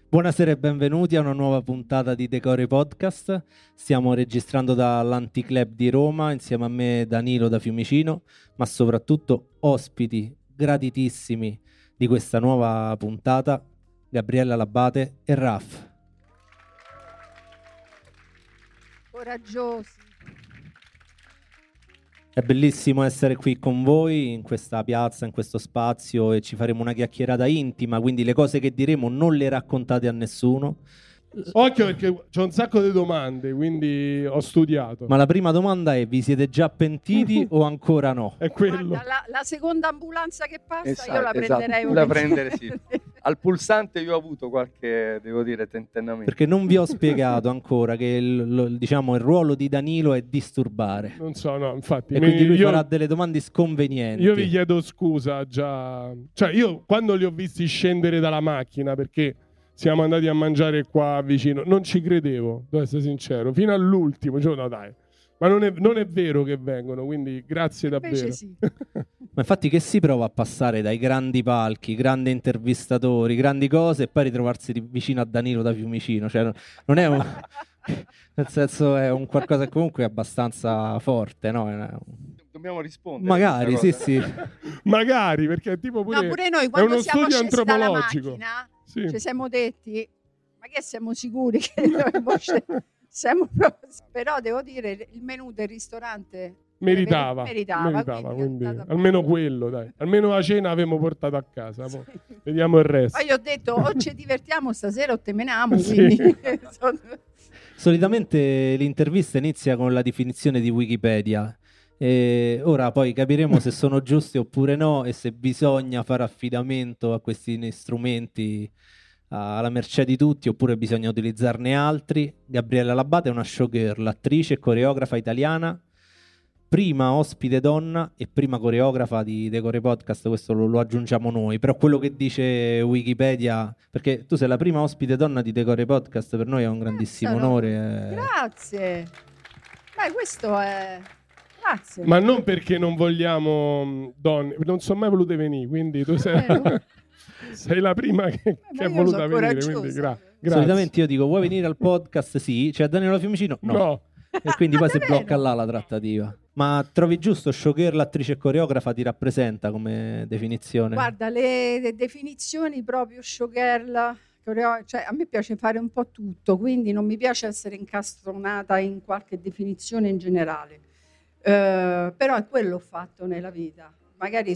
Buonasera e benvenuti a una nuova puntata di Decore Podcast. Stiamo registrando dall'Anticlub di Roma, insieme a me Danilo da Fiumicino, ma soprattutto ospiti graditissimi di questa nuova puntata, Gabriella Labate e Raf. Coraggiosi. È bellissimo essere qui con voi in questa piazza, in questo spazio, e ci faremo una chiacchierata intima, quindi le cose che diremo non le raccontate a nessuno. Occhio perché c'ho un sacco di domande, quindi ho studiato. Ma la prima domanda è: vi siete già pentiti o ancora no? È quello. Guarda, la seconda ambulanza che passa Esatto, io la prenderei. la prendere, sì. Al pulsante io ho avuto qualche, devo dire, tentennamento. Perché non vi ho spiegato ancora che il ruolo di Danilo è disturbare. Non so, no, infatti. E quindi lui farà delle domande sconvenienti. Io vi chiedo scusa già. Cioè, io quando li ho visti scendere dalla macchina, perché siamo andati a mangiare qua vicino, non ci credevo, devo essere sincero, fino all'ultimo. Cioè, no, dai. Ma non è vero che vengono, quindi grazie davvero. Invece sì. Ma infatti che si prova a passare dai grandi palchi, grandi intervistatori, grandi cose, e poi ritrovarsi vicino a Danilo da Fiumicino? Cioè, non è un... nel senso, è un qualcosa che comunque è abbastanza forte, no? Dobbiamo rispondere. Magari, sì. Magari, perché è tipo pure, No, pure noi è quando uno siamo studio scesi dalla antropologico. macchina Sì. ci siamo detti, ma che siamo sicuri che dovremmo scendere? Però devo dire, il menù del ristorante Meritava, quindi almeno quello, dai. Almeno la cena avevamo portato a casa. Sì. Vediamo il resto. Poi ho detto o ci divertiamo stasera o temeniamo. Sì. Quindi... Solitamente l'intervista inizia con la definizione di Wikipedia. E ora poi capiremo se sono giusti oppure no e se bisogna fare affidamento a questi strumenti alla mercé di tutti oppure bisogna utilizzarne altri. Gabriella Labate è una showgirl, attrice e coreografa italiana, prima ospite donna e prima coreografa di Decore Podcast. Questo lo aggiungiamo noi, però quello che dice Wikipedia, perché tu sei la prima ospite donna di Decore Podcast, per noi è un grandissimo onore. Grazie. Beh, questo è... Grazie. Ma non perché non vogliamo donne, non sono mai volute venire, quindi tu sei la prima che è voluta venire, quindi grazie. Solitamente io dico: vuoi venire al podcast? Sì. C'è Danilo Fiumicino? No. E quindi poi si blocca là la trattativa. Ma trovi giusto showgirl, attrice e coreografa ti rappresenta come definizione? Guarda, le definizioni proprio showgirl, cioè a me piace fare un po' tutto, quindi non mi piace essere incastronata in qualche definizione in generale. Però è quello ho fatto nella vita. Magari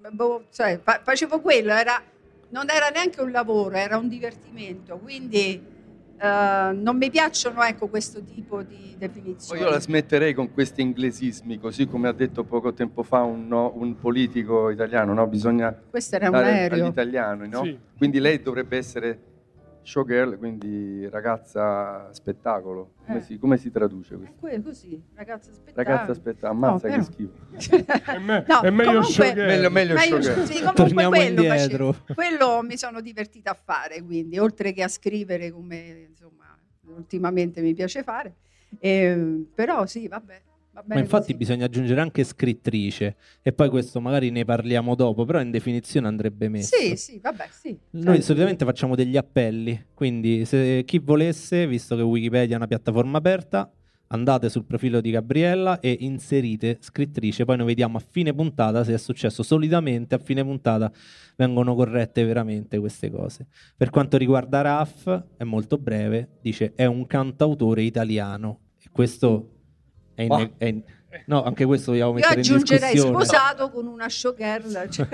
facevo quello, non era neanche un lavoro, era un divertimento, quindi non mi piacciono, ecco, questo tipo di definizioni. Io la smetterei con questi inglesismi, così come ha detto poco tempo fa un politico italiano, no? Bisogna questo era un dare aereo agli italiani, no? Sì. Quindi lei dovrebbe essere showgirl, quindi ragazza spettacolo. Come si traduce questo? Così, ragazza spettacolo. Ragazza spettacolo, ammazza, no, che schifo. È meglio showgirl. Meglio showgirl. Sì, comunque Torniamo indietro. Quello mi sono divertita a fare, quindi oltre che a scrivere, come insomma ultimamente mi piace fare, però sì, vabbè. Ma infatti così. bisogna aggiungere anche scrittrice, e poi questo magari ne parliamo dopo, però in definizione andrebbe messo. Sì, vabbè, sì. Noi solitamente facciamo degli appelli, quindi se chi volesse, visto che Wikipedia è una piattaforma aperta, andate sul profilo di Gabriella e inserite scrittrice, poi noi vediamo a fine puntata se è successo. Solitamente a fine puntata vengono corrette veramente queste cose. Per quanto riguarda Raf, è molto breve, dice è un cantautore italiano, e questo... no, anche questo vogliamo mettere in discussione. Io aggiungerei sposato con una showgirl. Cioè.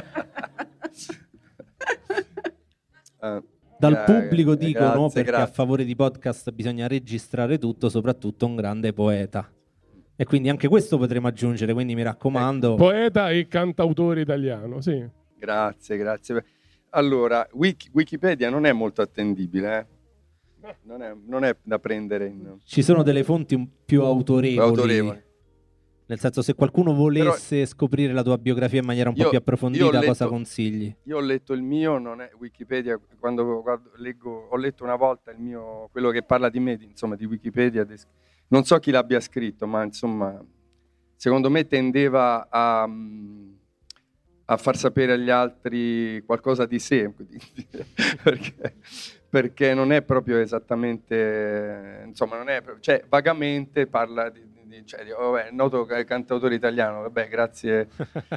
Dal pubblico dicono, grazie, perché a favore di podcast bisogna registrare tutto, soprattutto un grande poeta. E quindi anche questo potremo aggiungere, quindi mi raccomando. Poeta e cantautore italiano, sì. Grazie. Allora, Wikipedia non è molto attendibile, Non è da prendere in... Ci sono delle fonti più autorevoli. Nel senso, se qualcuno volesse scoprire la tua biografia in maniera un po' più approfondita, cosa consigli? Io ho letto il mio, non è Wikipedia, quando leggo, ho letto una volta il mio, quello che parla di me, insomma, di Wikipedia. Non so chi l'abbia scritto, ma insomma, secondo me tendeva a far sapere agli altri qualcosa di sé, perché non è proprio esattamente, insomma, non è, cioè vagamente parla è noto cantautore italiano, vabbè, grazie,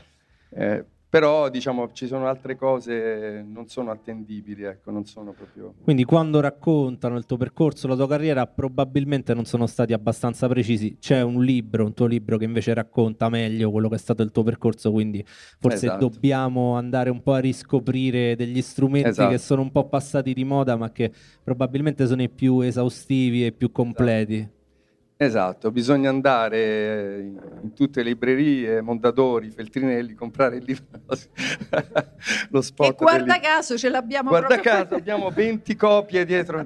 però diciamo ci sono altre cose, non sono attendibili, ecco, non sono proprio... Quindi quando raccontano il tuo percorso, la tua carriera, probabilmente non sono stati abbastanza precisi. C'è un tuo libro che invece racconta meglio quello che è stato il tuo percorso, quindi forse dobbiamo andare un po' a riscoprire degli strumenti che sono un po' passati di moda, ma che probabilmente sono i più esaustivi e più completi. Esatto, bisogna andare in tutte le librerie, Mondadori, Feltrinelli, comprare il libro, lo spot. E guarda caso ce l'abbiamo proprio. Guarda caso, abbiamo 20 copie dietro.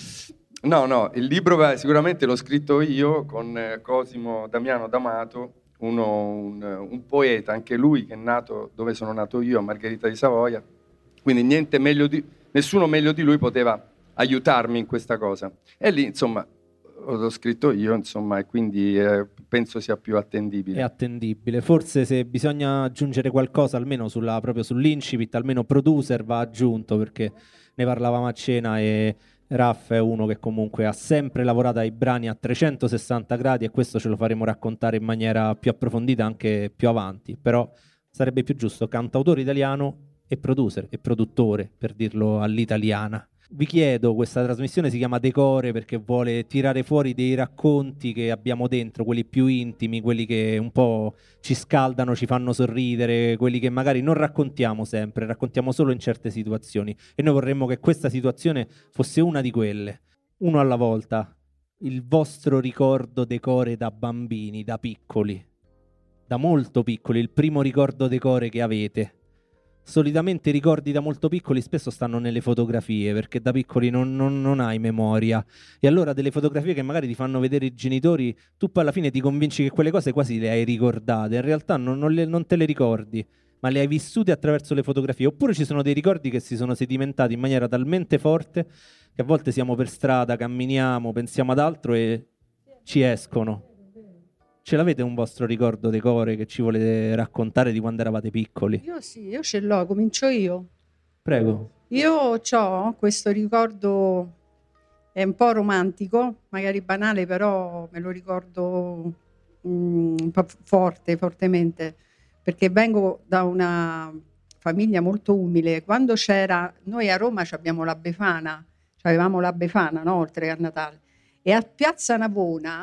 No, il libro sicuramente l'ho scritto io con Cosimo Damiano D'Amato, un poeta, anche lui che è nato dove sono nato io, a Margherita di Savoia, quindi nessuno meglio di lui poteva aiutarmi in questa cosa. E lì, insomma, l'ho scritto io, insomma, e quindi penso sia più attendibile. È attendibile. Forse se bisogna aggiungere qualcosa, almeno proprio sull'incipit, almeno Producer va aggiunto, perché ne parlavamo a cena e Raff è uno che comunque ha sempre lavorato ai brani a 360 gradi e questo ce lo faremo raccontare in maniera più approfondita anche più avanti, però sarebbe più giusto cantautore italiano e producer e produttore, per dirlo all'italiana. Vi chiedo, questa trasmissione si chiama Decore perché vuole tirare fuori dei racconti che abbiamo dentro, quelli più intimi, quelli che un po' ci scaldano, ci fanno sorridere, quelli che magari non raccontiamo sempre, raccontiamo solo in certe situazioni. E noi vorremmo che questa situazione fosse una di quelle, uno alla volta. Il vostro ricordo Decore da bambini, da piccoli, da molto piccoli, il primo ricordo Decore che avete. Solitamente i ricordi da molto piccoli spesso stanno nelle fotografie, perché da piccoli non hai memoria, e allora delle fotografie che magari ti fanno vedere i genitori, tu poi alla fine ti convinci che quelle cose quasi le hai ricordate, in realtà non te le ricordi, ma le hai vissute attraverso le fotografie. Oppure ci sono dei ricordi che si sono sedimentati in maniera talmente forte che a volte siamo per strada, camminiamo, pensiamo ad altro e ci escono. Ce l'avete un vostro ricordo Decore che ci volete raccontare di quando eravate piccoli? Io ce l'ho, comincio io. Prego. Io ho questo ricordo, è un po' romantico, magari banale, però me lo ricordo un po' fortemente, perché vengo da una famiglia molto umile. Quando noi a Roma avevamo la Befana, no? Oltre a Natale, e a Piazza Navona,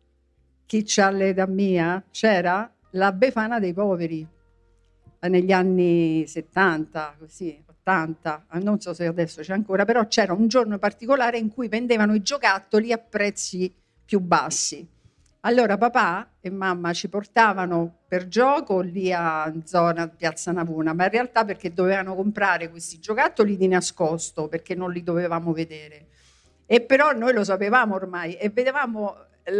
chi c'ha l'età mia, c'era la Befana dei poveri negli anni 70, così, 80, non so se adesso c'è ancora, però c'era un giorno particolare in cui vendevano i giocattoli a prezzi più bassi. Allora papà e mamma ci portavano per gioco lì a zona Piazza Navona, ma in realtà perché dovevano comprare questi giocattoli di nascosto, perché non li dovevamo vedere. E però noi lo sapevamo ormai e vedevamo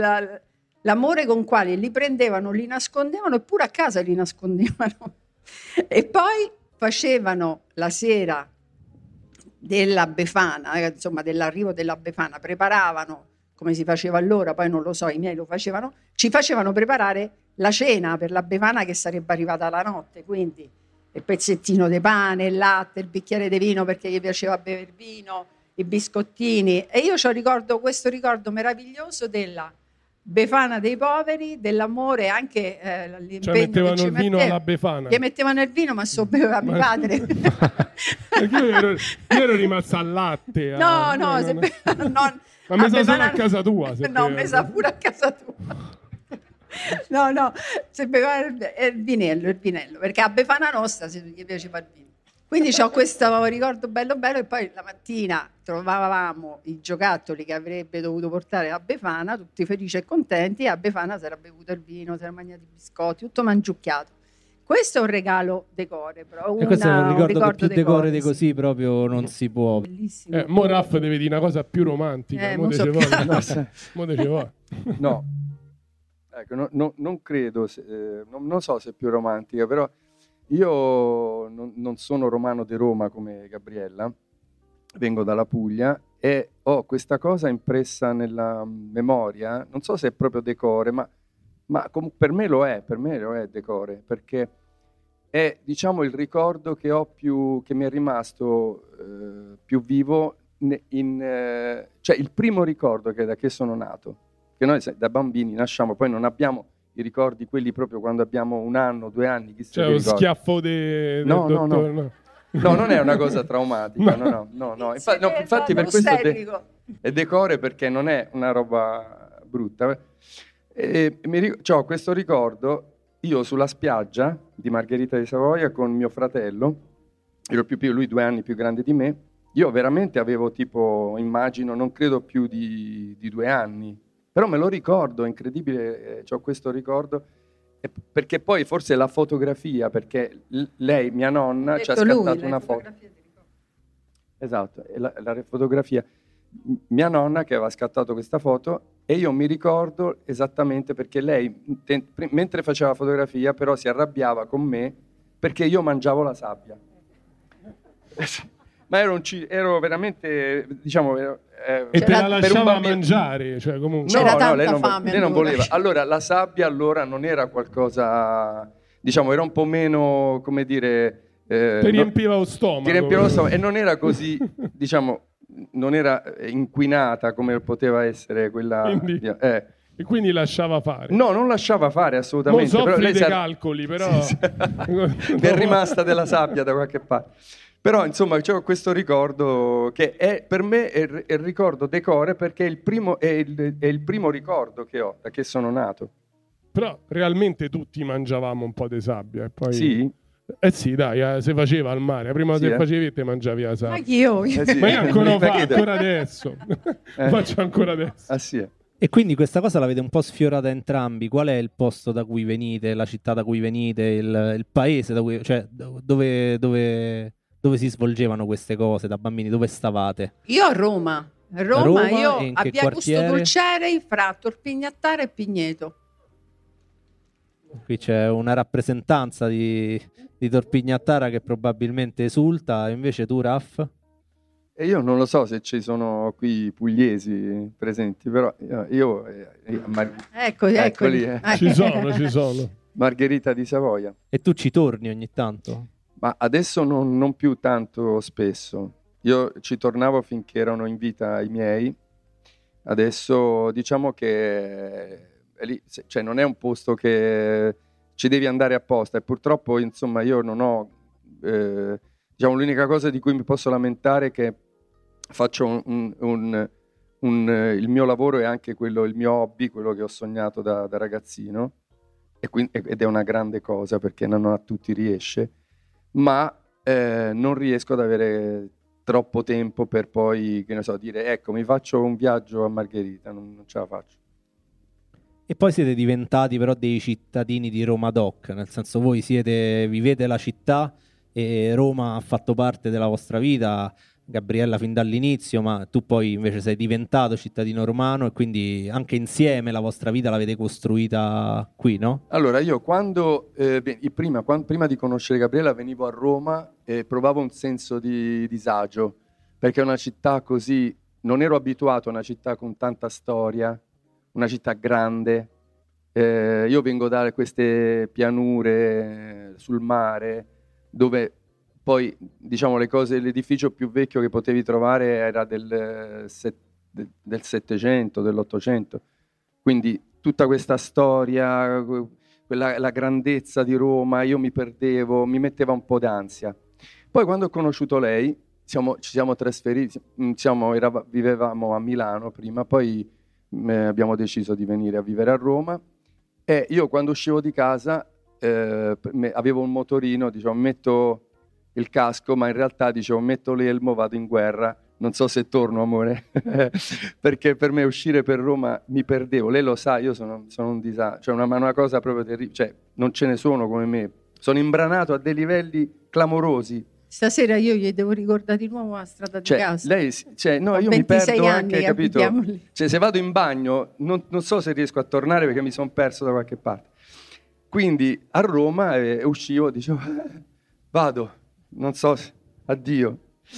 l'amore con quale li prendevano, li nascondevano, eppure a casa li nascondevano. E poi facevano la sera della Befana, insomma dell'arrivo della Befana, preparavano, come si faceva allora, poi non lo so, i miei lo facevano, ci facevano preparare la cena per la Befana che sarebbe arrivata la notte, quindi il pezzettino di pane, il latte, il bicchiere di vino perché gli piaceva bere vino, i biscottini. E io questo ricordo meraviglioso della Befana dei poveri, dell'amore, anche l'impegno, cioè mettevano il vino alla Befana, che mettevano il vino, ma so beveva mio padre. io ero rimasta al latte. Ma mi sa solo a casa tua. No, mi sa pure a casa tua. No, se beveva il vinello, perché a Befana nostra gli piaceva il vino. Quindi ho questo ricordo bello e poi la mattina trovavamo i giocattoli che avrebbe dovuto portare a Befana, tutti felici e contenti, e a Befana si era bevuto il vino, si era mangiato i biscotti, tutto mangiucchiato. Questo è un regalo Decore, però e questo è un ricordo che più Decore di sì. Così proprio non si può. Bellissimo. Mo Raff deve dire una cosa più romantica. No, ecco, non credo, non so se è più romantica, però io non sono romano di Roma come Gabriella, vengo dalla Puglia e ho questa cosa impressa nella memoria, non so se è proprio Decore, ma per me lo è Decore, perché è, diciamo, il ricordo che ho che mi è rimasto più vivo cioè il primo ricordo che da che sono nato, che noi da bambini nasciamo, poi non abbiamo i ricordi quelli proprio quando abbiamo 1 anno, 2 anni, chissà, cioè che lo ricordi. schiaffo del No, dottore, no. No, non è una cosa traumatica, no. Infatti per questo è decore, perché non è una roba brutta. C'ho questo ricordo, io sulla spiaggia di Margherita di Savoia con mio fratello, ero più piccolo, lui 2 anni più grande di me, io veramente avevo tipo, immagino, non credo più di 2 anni, però me lo ricordo, è incredibile, c'ho questo ricordo. Perché poi forse la fotografia, perché lei, mia nonna, ci ha scattato una foto. Esatto, la fotografia. Mia nonna che aveva scattato questa foto, e io mi ricordo esattamente perché lei, mentre faceva la fotografia, però si arrabbiava con me perché io mangiavo la sabbia. Ma ero veramente, diciamo... e te la lasciava mangiare, cioè comunque... C'era tanta fame. Lei non voleva. Allora, la sabbia allora non era qualcosa... Diciamo, era un po' meno, come dire... ti riempiva lo stomaco. Ti riempiva lo stomaco, e non era così, diciamo, non era inquinata come poteva essere quella... E quindi lasciava fare? No, non lasciava fare assolutamente. Non soffri dei calcoli, però... Sì. È rimasta della sabbia da qualche parte. Però insomma c'è questo ricordo che per me è il ricordo decore, perché è il primo ricordo che ho da che sono nato. Però realmente tutti mangiavamo un po' di sabbia e poi... Sì? Sì, dai, si faceva al mare. Prima sì, se facevi te mangiavi la sabbia. Ma io? Sì. Ma io ancora adesso. Faccio ancora adesso. Ah sì. E quindi questa cosa l'avete un po' sfiorata entrambi. Qual è il posto da cui venite, la città da cui venite, il paese da cui... cioè dove si svolgevano queste cose da bambini? Dove stavate? Io a Roma. Roma, io a Via Augusto quartiere? Dulceri, fra Torpignattara e Pigneto. Qui c'è una rappresentanza di Torpignattara che probabilmente esulta, invece tu, Raff? E io non lo so se ci sono qui pugliesi presenti, però Eccoli. Ci sono. Margherita di Savoia. E tu ci torni ogni tanto? Ma adesso non più tanto spesso. Io ci tornavo finché erano in vita i miei. Adesso diciamo che è lì, cioè non è un posto che ci devi andare apposta, e purtroppo insomma io non ho diciamo, l'unica cosa di cui mi posso lamentare è che faccio il mio lavoro è anche quello, il mio hobby, quello che ho sognato da ragazzino, ed è una grande cosa perché non a tutti riesce, ma non riesco ad avere troppo tempo per poi, che ne so, dire ecco mi faccio un viaggio a Margherita, non ce la faccio. E poi siete diventati però dei cittadini di Roma Doc, nel senso voi vivete la città e Roma ha fatto parte della vostra vita, Gabriella fin dall'inizio, ma tu poi invece sei diventato cittadino romano e quindi anche insieme la vostra vita l'avete costruita qui, no? Allora io prima di conoscere Gabriella venivo a Roma e provavo un senso di disagio, perché è una città così, non ero abituato a una città con tanta storia, una città grande. Io vengo da queste pianure sul mare, dove poi, diciamo, l'edificio più vecchio che potevi trovare era del Settecento, dell'Ottocento. Quindi tutta questa storia, la grandezza di Roma, io mi perdevo, mi metteva un po' d'ansia. Poi quando ho conosciuto lei, ci siamo trasferiti, vivevamo a Milano prima, poi abbiamo deciso di venire a vivere a Roma, e io quando uscivo di casa avevo un motorino, dicevo metto il casco, ma in realtà dicevo metto l'elmo, vado in guerra, non so se torno amore, perché per me uscire per Roma mi perdevo, lei lo sa, io sono un disagio, cioè una cosa proprio terribile, cioè non ce ne sono come me, sono imbranato a dei livelli clamorosi. Stasera io gli devo ricordare di nuovo la strada di casa. Lei, io mi perdo anche, capito? Cioè, se vado in bagno non so se riesco a tornare perché mi sono perso da qualche parte. Quindi a Roma uscivo, dicevo vado, non so, addio.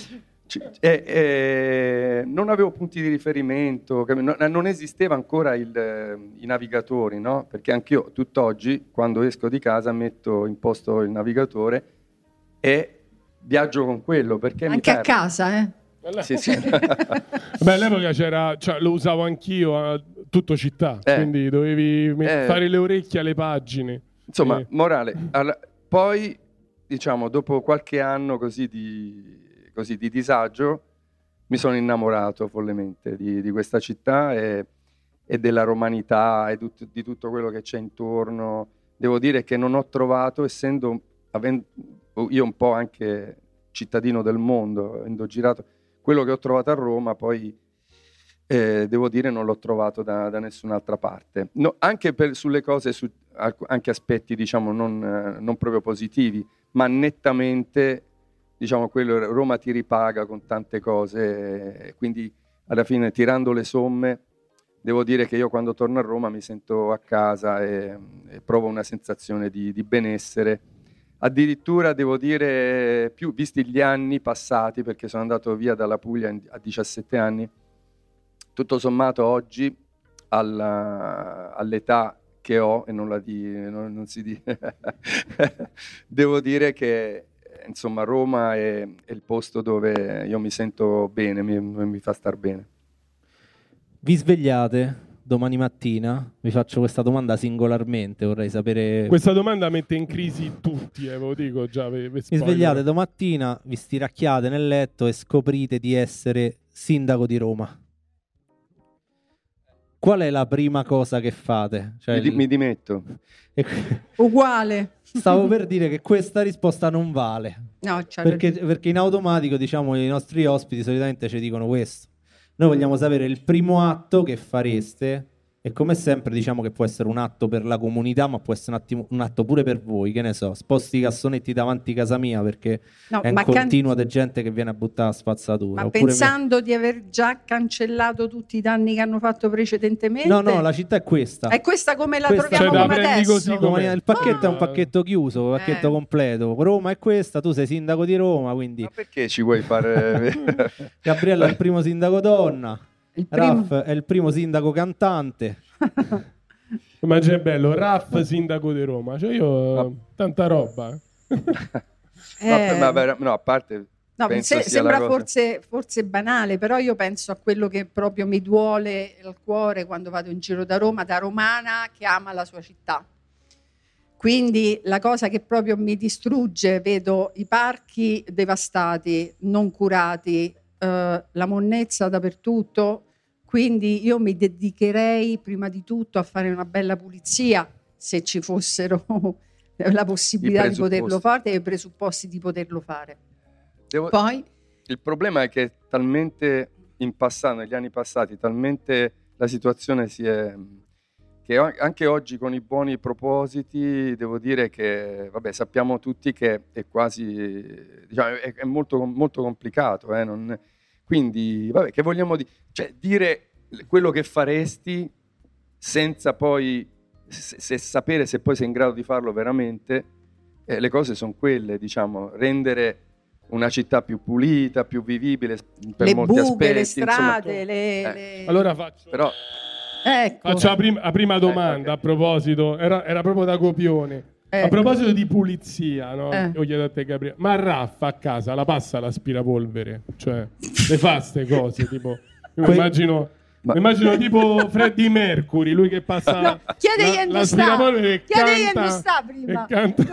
Non avevo punti di riferimento, non esisteva ancora i navigatori, no? Perché anch'io tutt'oggi quando esco di casa imposto il navigatore e viaggio con quello, perché anche a casa, Sì. Beh, all'epoca c'era, cioè, lo usavo anch'io, tutto città, quindi dovevi fare le orecchie alle pagine. Insomma, morale. Poi, diciamo, dopo qualche anno così di disagio, mi sono innamorato follemente di questa città e della romanità e di tutto quello che c'è intorno. Devo dire che non ho trovato, avendo io un po' anche cittadino del mondo, avendo girato, quello che ho trovato a Roma, poi devo dire non l'ho trovato da nessun'altra parte. No, anche sulle cose, anche aspetti diciamo non proprio positivi, ma nettamente diciamo quello Roma ti ripaga con tante cose, quindi alla fine tirando le somme devo dire che io quando torno a Roma mi sento a casa e provo una sensazione di benessere. Addirittura devo dire, più visti gli anni passati, perché sono andato via dalla Puglia a 17 anni, tutto sommato oggi all'età che ho, e non si dice, devo dire che insomma Roma è il posto dove io mi sento bene, mi fa star bene. Vi svegliate domani mattina, vi faccio questa domanda singolarmente, vorrei sapere... Questa domanda mette in crisi tutti, ve lo dico già. Vi svegliate domattina, vi stiracchiate nel letto e scoprite di essere sindaco di Roma. Qual è la prima cosa che fate? Cioè mi dimetto. Uguale. Stavo per dire che questa risposta non vale. No, perché in automatico, diciamo, i nostri ospiti solitamente ci dicono questo. Noi vogliamo sapere il primo atto che fareste, e come sempre diciamo che può essere un atto per la comunità, ma può essere un atto pure per voi, che ne so, sposti i cassonetti davanti a casa mia perché è in continua di gente che viene a buttare la spazzatura. Ma pensando di aver già cancellato tutti i danni che hanno fatto precedentemente? No, la città è questa. È questa come la troviamo come adesso? Così il pacchetto è un pacchetto chiuso, un pacchetto completo. Roma è questa, tu sei sindaco di Roma, quindi... Ma perché ci vuoi fare... Gabriella è il primo sindaco donna. Raff è il primo sindaco cantante. Ma c'è bello, Raff sindaco di Roma, cioè io tanta roba. No, a parte sembra forse banale, però io penso a quello che proprio mi duole al cuore quando vado in giro da Roma, da romana che ama la sua città. Quindi la cosa che proprio mi distrugge, vedo i parchi devastati, non curati, la monnezza dappertutto, quindi io mi dedicherei prima di tutto a fare una bella pulizia, se ci fossero la possibilità di poterlo fare e i presupposti di poterlo fare. Poi il problema è che talmente in passato, negli anni passati, talmente la situazione si è... che anche oggi con i buoni propositi devo dire che sappiamo tutti che è quasi, diciamo, è molto, molto complicato, quindi che vogliamo dire? Cioè, dire quello che faresti senza poi sapere se poi sei in grado di farlo veramente, le cose sono quelle, diciamo, rendere una città più pulita, più vivibile per molti aspetti, le strade, Allora faccio... Però ecco. Faccio la prima domanda, a proposito, era proprio da copione. A proposito di pulizia, no? Io chiedo a te, Gabriele, ma Raffa a casa la passa l'aspirapolvere? Cioè, le fa ste cose, tipo, immagino tipo Freddie Mercury, lui che passa l'aspirapolvere e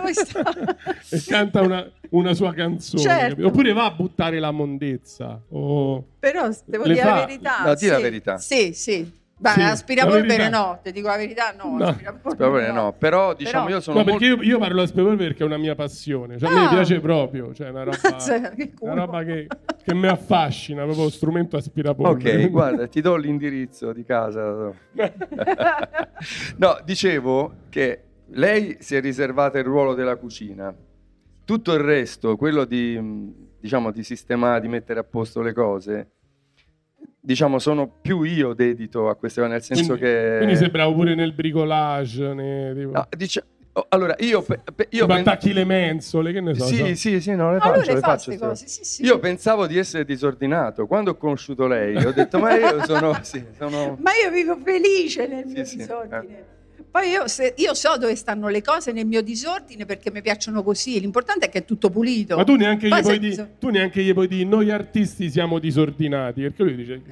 canta una sua canzone, certo. Oppure va a buttare la mondezza. Però devo dire la verità. No, la verità. Sì. Beh, aspirapolvere no, ti dico la verità, no. Aspirapolvere no, però diciamo io sono perché io parlo aspirapolvere perché è una mia passione, cioè a me piace proprio, cioè una roba che mi affascina, proprio strumento aspirapolvere. Ok, guarda, ti do l'indirizzo di casa. No, dicevo che lei si è riservata il ruolo della cucina, tutto il resto, quello di sistemare, di mettere a posto le cose, diciamo, sono più io dedito a queste cose, nel senso quindi sembravo pure nel bricolage, allora io attacchi le mensole, che ne so. Sì, no, le faccio. Cose, sì. Io pensavo di essere disordinato quando ho conosciuto lei, ho detto ma io sono ma io vivo felice nel mio disordine. Poi io so dove stanno le cose nel mio disordine perché mi piacciono così. L'importante è che è tutto pulito. Ma tu neanche gli puoi dire noi artisti siamo disordinati, perché lui dice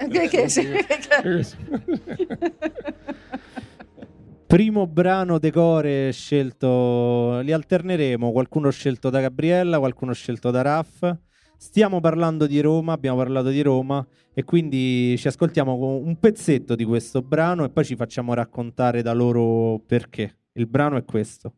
Primo brano decore scelto, li alterneremo, qualcuno scelto da Gabriella, qualcuno scelto da Raff. Stiamo parlando di Roma, abbiamo parlato di Roma e quindi ci ascoltiamo un pezzetto di questo brano e poi ci facciamo raccontare da loro perché. Il brano è questo.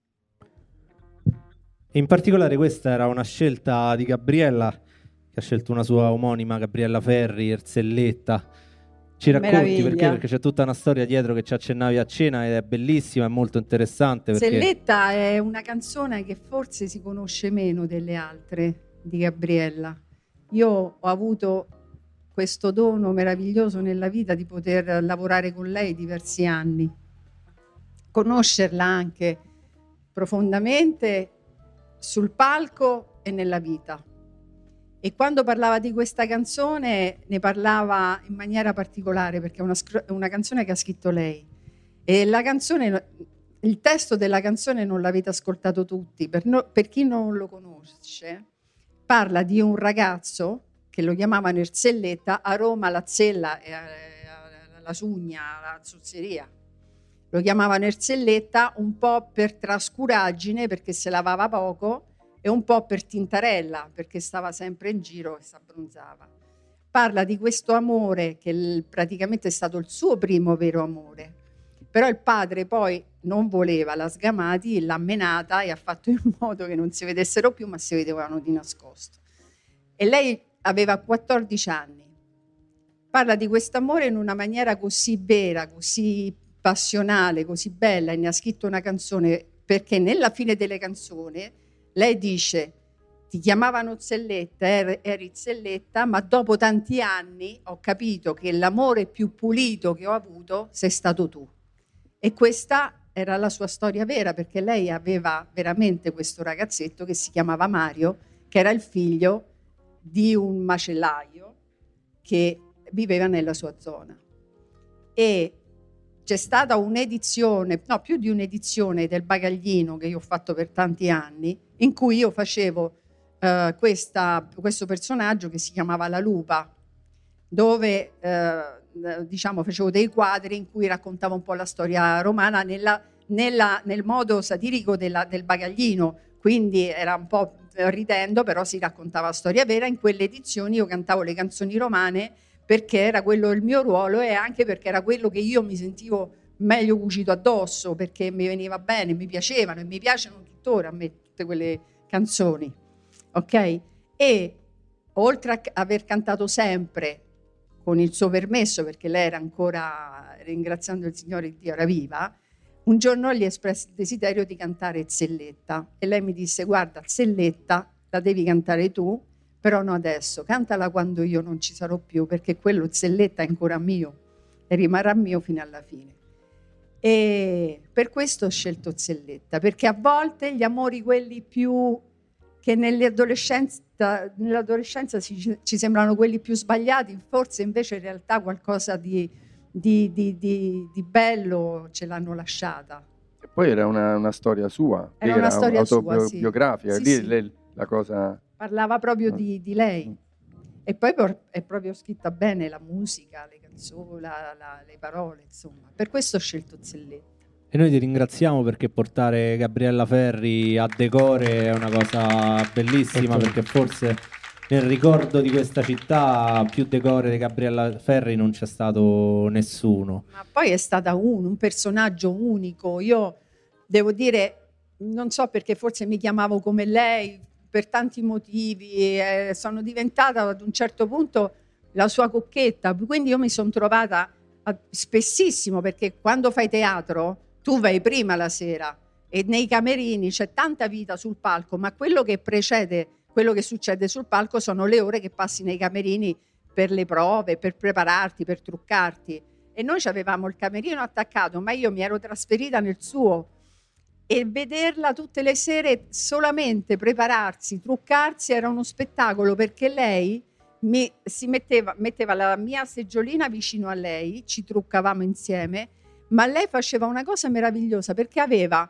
E in particolare questa era una scelta di Gabriella, che ha scelto una sua omonima, Gabriella Ferri, Erzelletta. Ci racconti perché? Perché c'è tutta una storia dietro che ci accennavi a cena ed è bellissima, è molto interessante. Perché... Erzelletta è una canzone che forse si conosce meno delle altre di Gabriella. Io ho avuto questo dono meraviglioso nella vita di poter lavorare con lei diversi anni, conoscerla anche profondamente sul palco e nella vita. E quando parlava di questa canzone ne parlava in maniera particolare perché è una canzone che ha scritto lei. E la canzone, il testo della canzone non l'avete ascoltato tutti, per chi non lo conosce, parla di un ragazzo che lo chiamavano Erzelletta, a Roma la zella e la sugna, la zozzeria. Lo chiamavano Erzelletta un po' per trascuraggine perché se lavava poco e un po' per tintarella perché stava sempre in giro e si abbronzava. Parla di questo amore che praticamente è stato il suo primo vero amore, però il padre poi non voleva, l'ha sgamati, l'ha menata e ha fatto in modo che non si vedessero più ma si vedevano di nascosto. E lei aveva 14 anni. Parla di questo amore in una maniera così vera, così passionale, così bella e ne ha scritto una canzone perché nella fine delle canzoni lei dice ti chiamavano Zelletta, eri Zelletta, ma dopo tanti anni ho capito che l'amore più pulito che ho avuto sei stato tu. E questa era la sua storia vera perché lei aveva veramente questo ragazzetto che si chiamava Mario, che era il figlio di un macellaio che viveva nella sua zona. E c'è stata un'edizione, no, più di un'edizione del Bagaglino che io ho fatto per tanti anni, in cui io facevo questo personaggio che si chiamava La Lupa, dove diciamo facevo dei quadri in cui raccontavo un po' la storia romana nel modo satirico del Bagaglino, quindi era un po' ridendo, però si raccontava la storia vera. In quelle edizioni io cantavo le canzoni romane perché era quello il mio ruolo e anche perché era quello che io mi sentivo meglio cucito addosso, perché mi veniva bene, mi piacevano e mi piacciono tuttora a me tutte quelle canzoni, ok? E oltre a aver cantato sempre con il suo permesso, perché lei era ancora, ringraziando il Signore, Dio era viva, un giorno gli espresse il desiderio di cantare Zelletta e lei mi disse guarda Zelletta la devi cantare tu, però no adesso, cantala quando io non ci sarò più perché quello Zelletta è ancora mio e rimarrà mio fino alla fine. E per questo ho scelto Zelletta, perché a volte gli amori quelli più che nell'adolescenza ci sembrano quelli più sbagliati, forse invece in realtà qualcosa di bello ce l'hanno lasciata. E poi era una storia sua, era una storia autobiografica, sì. lì Sì. lei, la cosa... Parlava proprio di lei. E poi è proprio scritta bene la musica, le canzoni, le parole, insomma. Per questo ho scelto Zelletta. E noi ti ringraziamo perché portare Gabriella Ferri a Decore è una cosa bellissima, perché forse nel ricordo di questa città più Decore di Gabriella Ferri non c'è stato nessuno. Ma poi è stata un personaggio unico. Io devo dire, non so perché forse mi chiamavo come lei per tanti motivi, sono diventata ad un certo punto la sua cocchetta, quindi io mi sono trovata spessissimo, perché quando fai teatro tu vai prima la sera e nei camerini c'è tanta vita sul palco, ma quello che precede, quello che succede sul palco sono le ore che passi nei camerini per le prove, per prepararti, per truccarti. E noi avevamo il camerino attaccato, ma io mi ero trasferita nel suo e vederla tutte le sere solamente prepararsi, truccarsi era uno spettacolo, perché lei metteva la mia seggiolina vicino a lei, ci truccavamo insieme, ma lei faceva una cosa meravigliosa perché aveva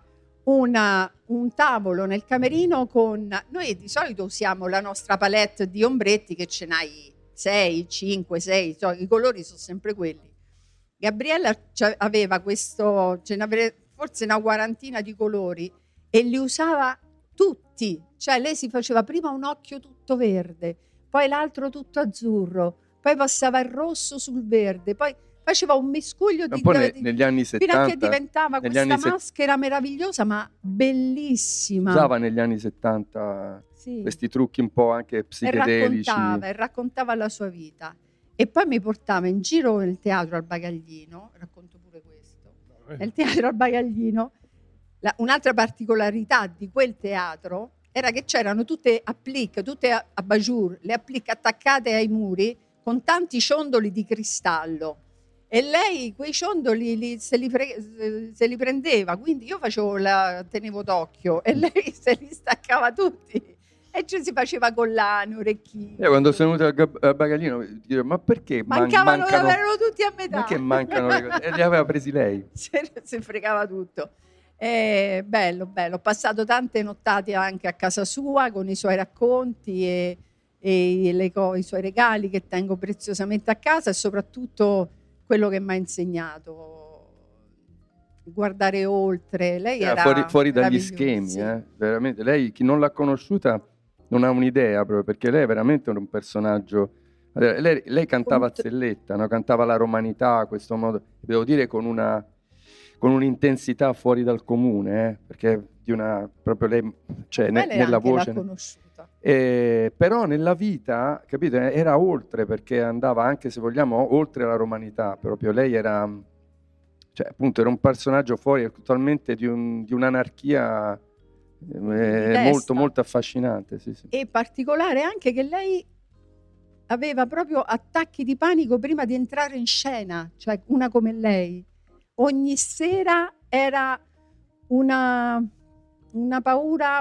un tavolo nel camerino con... Noi di solito usiamo la nostra palette di ombretti che ce n'hai 6, 5, 6, i colori sono sempre quelli. Gabriella aveva questo, ce n'aveva forse una quarantina di colori e li usava tutti, cioè lei si faceva prima un occhio tutto verde, poi l'altro tutto azzurro, poi passava il rosso sul verde, poi faceva un miscuglio di... negli anni 70, fino a che diventava questa maschera meravigliosa ma bellissima. Usava negli anni 70 questi trucchi un po' anche psichedelici. E raccontava la sua vita. E poi mi portava in giro nel teatro al Bagaglino, racconto pure questo, nel teatro al Bagaglino. Un'altra particolarità di quel teatro era che c'erano tutte applique, tutte a bajour, le applique attaccate ai muri con tanti ciondoli di cristallo. E lei quei ciondoli se li prendeva, quindi io tenevo d'occhio e lei se li staccava tutti e ci si faceva collane, orecchini. Quando sono venuto al Bagaglino dicevo, ma perché mancano? Erano tutti a metà. Perché mancano le cose? E li aveva presi lei. Si fregava tutto. Bello. Ho passato tante nottate anche a casa sua con i suoi racconti e i suoi regali che tengo preziosamente a casa e soprattutto quello che mi ha insegnato, guardare oltre. Lei era fuori dagli schemi, sì. Veramente. Lei, chi non l'ha conosciuta, non ha un'idea proprio, perché lei è veramente un personaggio. Lei cantava a Zelletta, no? Cantava la romanità a questo modo, devo dire con un'intensità fuori dal comune, perché proprio lei, cioè nella voce. Conosciuta. Però nella vita, capito, era oltre, perché andava anche, se vogliamo, oltre la romanità. Proprio lei era, cioè appunto era un personaggio fuori totalmente di un'anarchia molto molto affascinante. Sì. E particolare anche che lei aveva proprio attacchi di panico prima di entrare in scena, cioè una come lei. Ogni sera era una paura,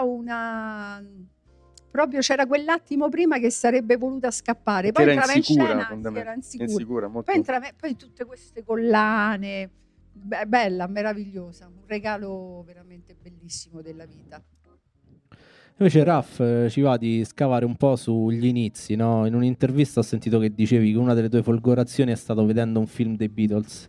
proprio c'era quell'attimo prima che sarebbe voluta scappare, poi entrava in scena, era insicura. Poi tutte queste collane, bella, meravigliosa, un regalo veramente bellissimo della vita. Invece Raf, ci va di scavare un po' sugli inizi, no? In un'intervista ho sentito che dicevi che una delle tue folgorazioni è stato vedendo un film dei Beatles.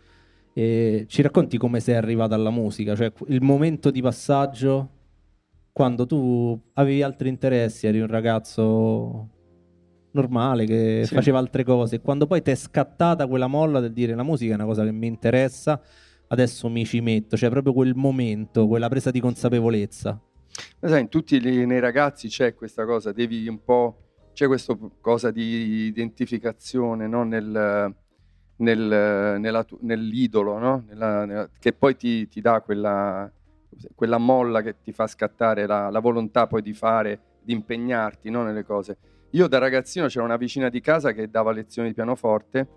E ci racconti come sei arrivata alla musica, cioè il momento di passaggio quando tu avevi altri interessi, eri un ragazzo normale che faceva altre cose, quando poi ti è scattata quella molla del dire la musica è una cosa che mi interessa, adesso mi ci metto, cioè proprio quel momento, quella presa di consapevolezza. Ma sai, nei ragazzi c'è questa cosa, c'è questa cosa di identificazione, no? Nell'idolo, no? Che poi ti dà quella molla che ti fa scattare la volontà poi di fare, di impegnarti, no? Nelle cose. Io da ragazzino c'era una vicina di casa che dava lezioni di pianoforte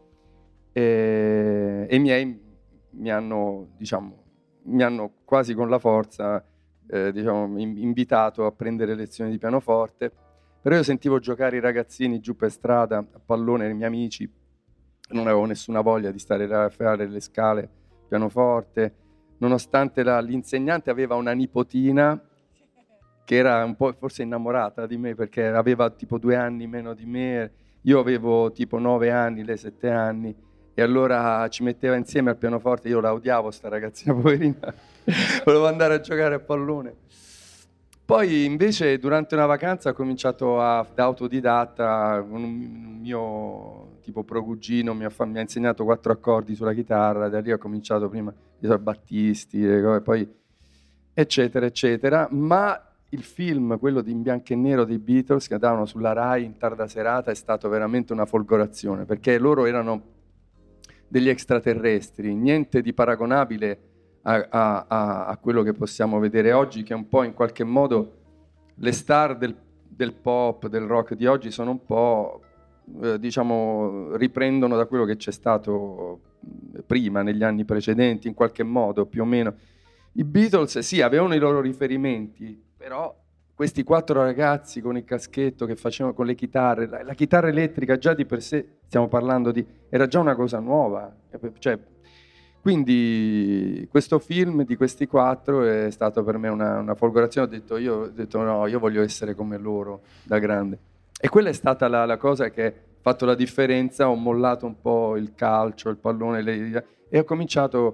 e i miei mi hanno quasi con la forza invitato a prendere lezioni di pianoforte, però io sentivo giocare i ragazzini giù per strada a pallone, i miei amici, non avevo nessuna voglia di stare a fare le scale pianoforte, nonostante l'insegnante aveva una nipotina che era un po' forse innamorata di me perché aveva tipo 2 anni meno di me, io avevo tipo 9 anni, lei 7 anni, e allora ci metteva insieme al pianoforte. Io la odiavo sta ragazzina poverina, volevo andare a giocare a pallone. Poi invece durante una vacanza ho cominciato da autodidatta, un mio tipo progugino mi ha insegnato 4 accordi sulla chitarra, da lì ho cominciato prima i Battisti, poi eccetera eccetera, ma il film, quello in bianco e nero dei Beatles che davano sulla Rai in tarda serata, è stato veramente una folgorazione, perché loro erano degli extraterrestri, niente di paragonabile a quello che possiamo vedere oggi, che è un po' in qualche modo le star del pop, del rock di oggi sono un po', riprendono da quello che c'è stato prima, negli anni precedenti, in qualche modo, più o meno. I Beatles, sì, avevano i loro riferimenti, però questi 4 ragazzi con il caschetto che facevano con le chitarre, la chitarra elettrica già di per sé, stiamo parlando era già una cosa nuova, cioè Quindi questo film di questi 4 è stato per me una folgorazione. Ho detto no, io voglio essere come loro da grande. E quella è stata la cosa che ha fatto la differenza. Ho mollato un po' il calcio, il pallone e ho cominciato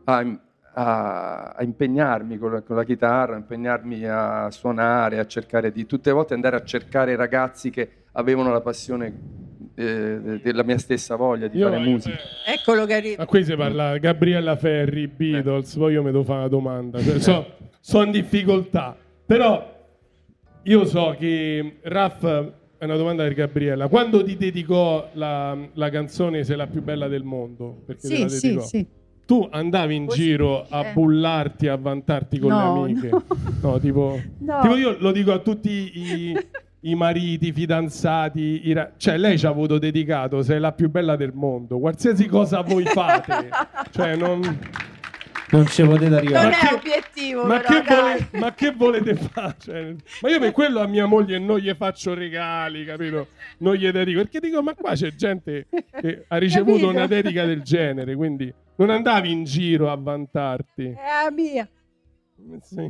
a impegnarmi con la chitarra, a impegnarmi a suonare, a cercare di tutte le volte andare a cercare ragazzi che avevano la passione della mia stessa voglia di fare musica. Eccolo che arriva. Ma qui si parla Gabriella Ferri, Beatles, poi io mi devo fare una domanda, cioè, sono in difficoltà, però io so che Raff, è una domanda per Gabriella, quando ti dedicò la canzone Sei la più bella del mondo? Perché te la dedicò? Sì. Tu andavi in giro a bullarti, a vantarti con le amiche? No, tipo io lo dico a tutti i mariti, i fidanzati, cioè lei ci ha avuto dedicato Sei la più bella del mondo, qualsiasi cosa voi fate, cioè non ci potete arrivare. Non è obiettivo, ma che volete fare? Cioè, ma io per quello a mia moglie non gli faccio regali, capito? Non gli dedico, perché dico, ma qua c'è gente che ha ricevuto una dedica del genere, quindi non andavi in giro a vantarti. È la mia. Sì.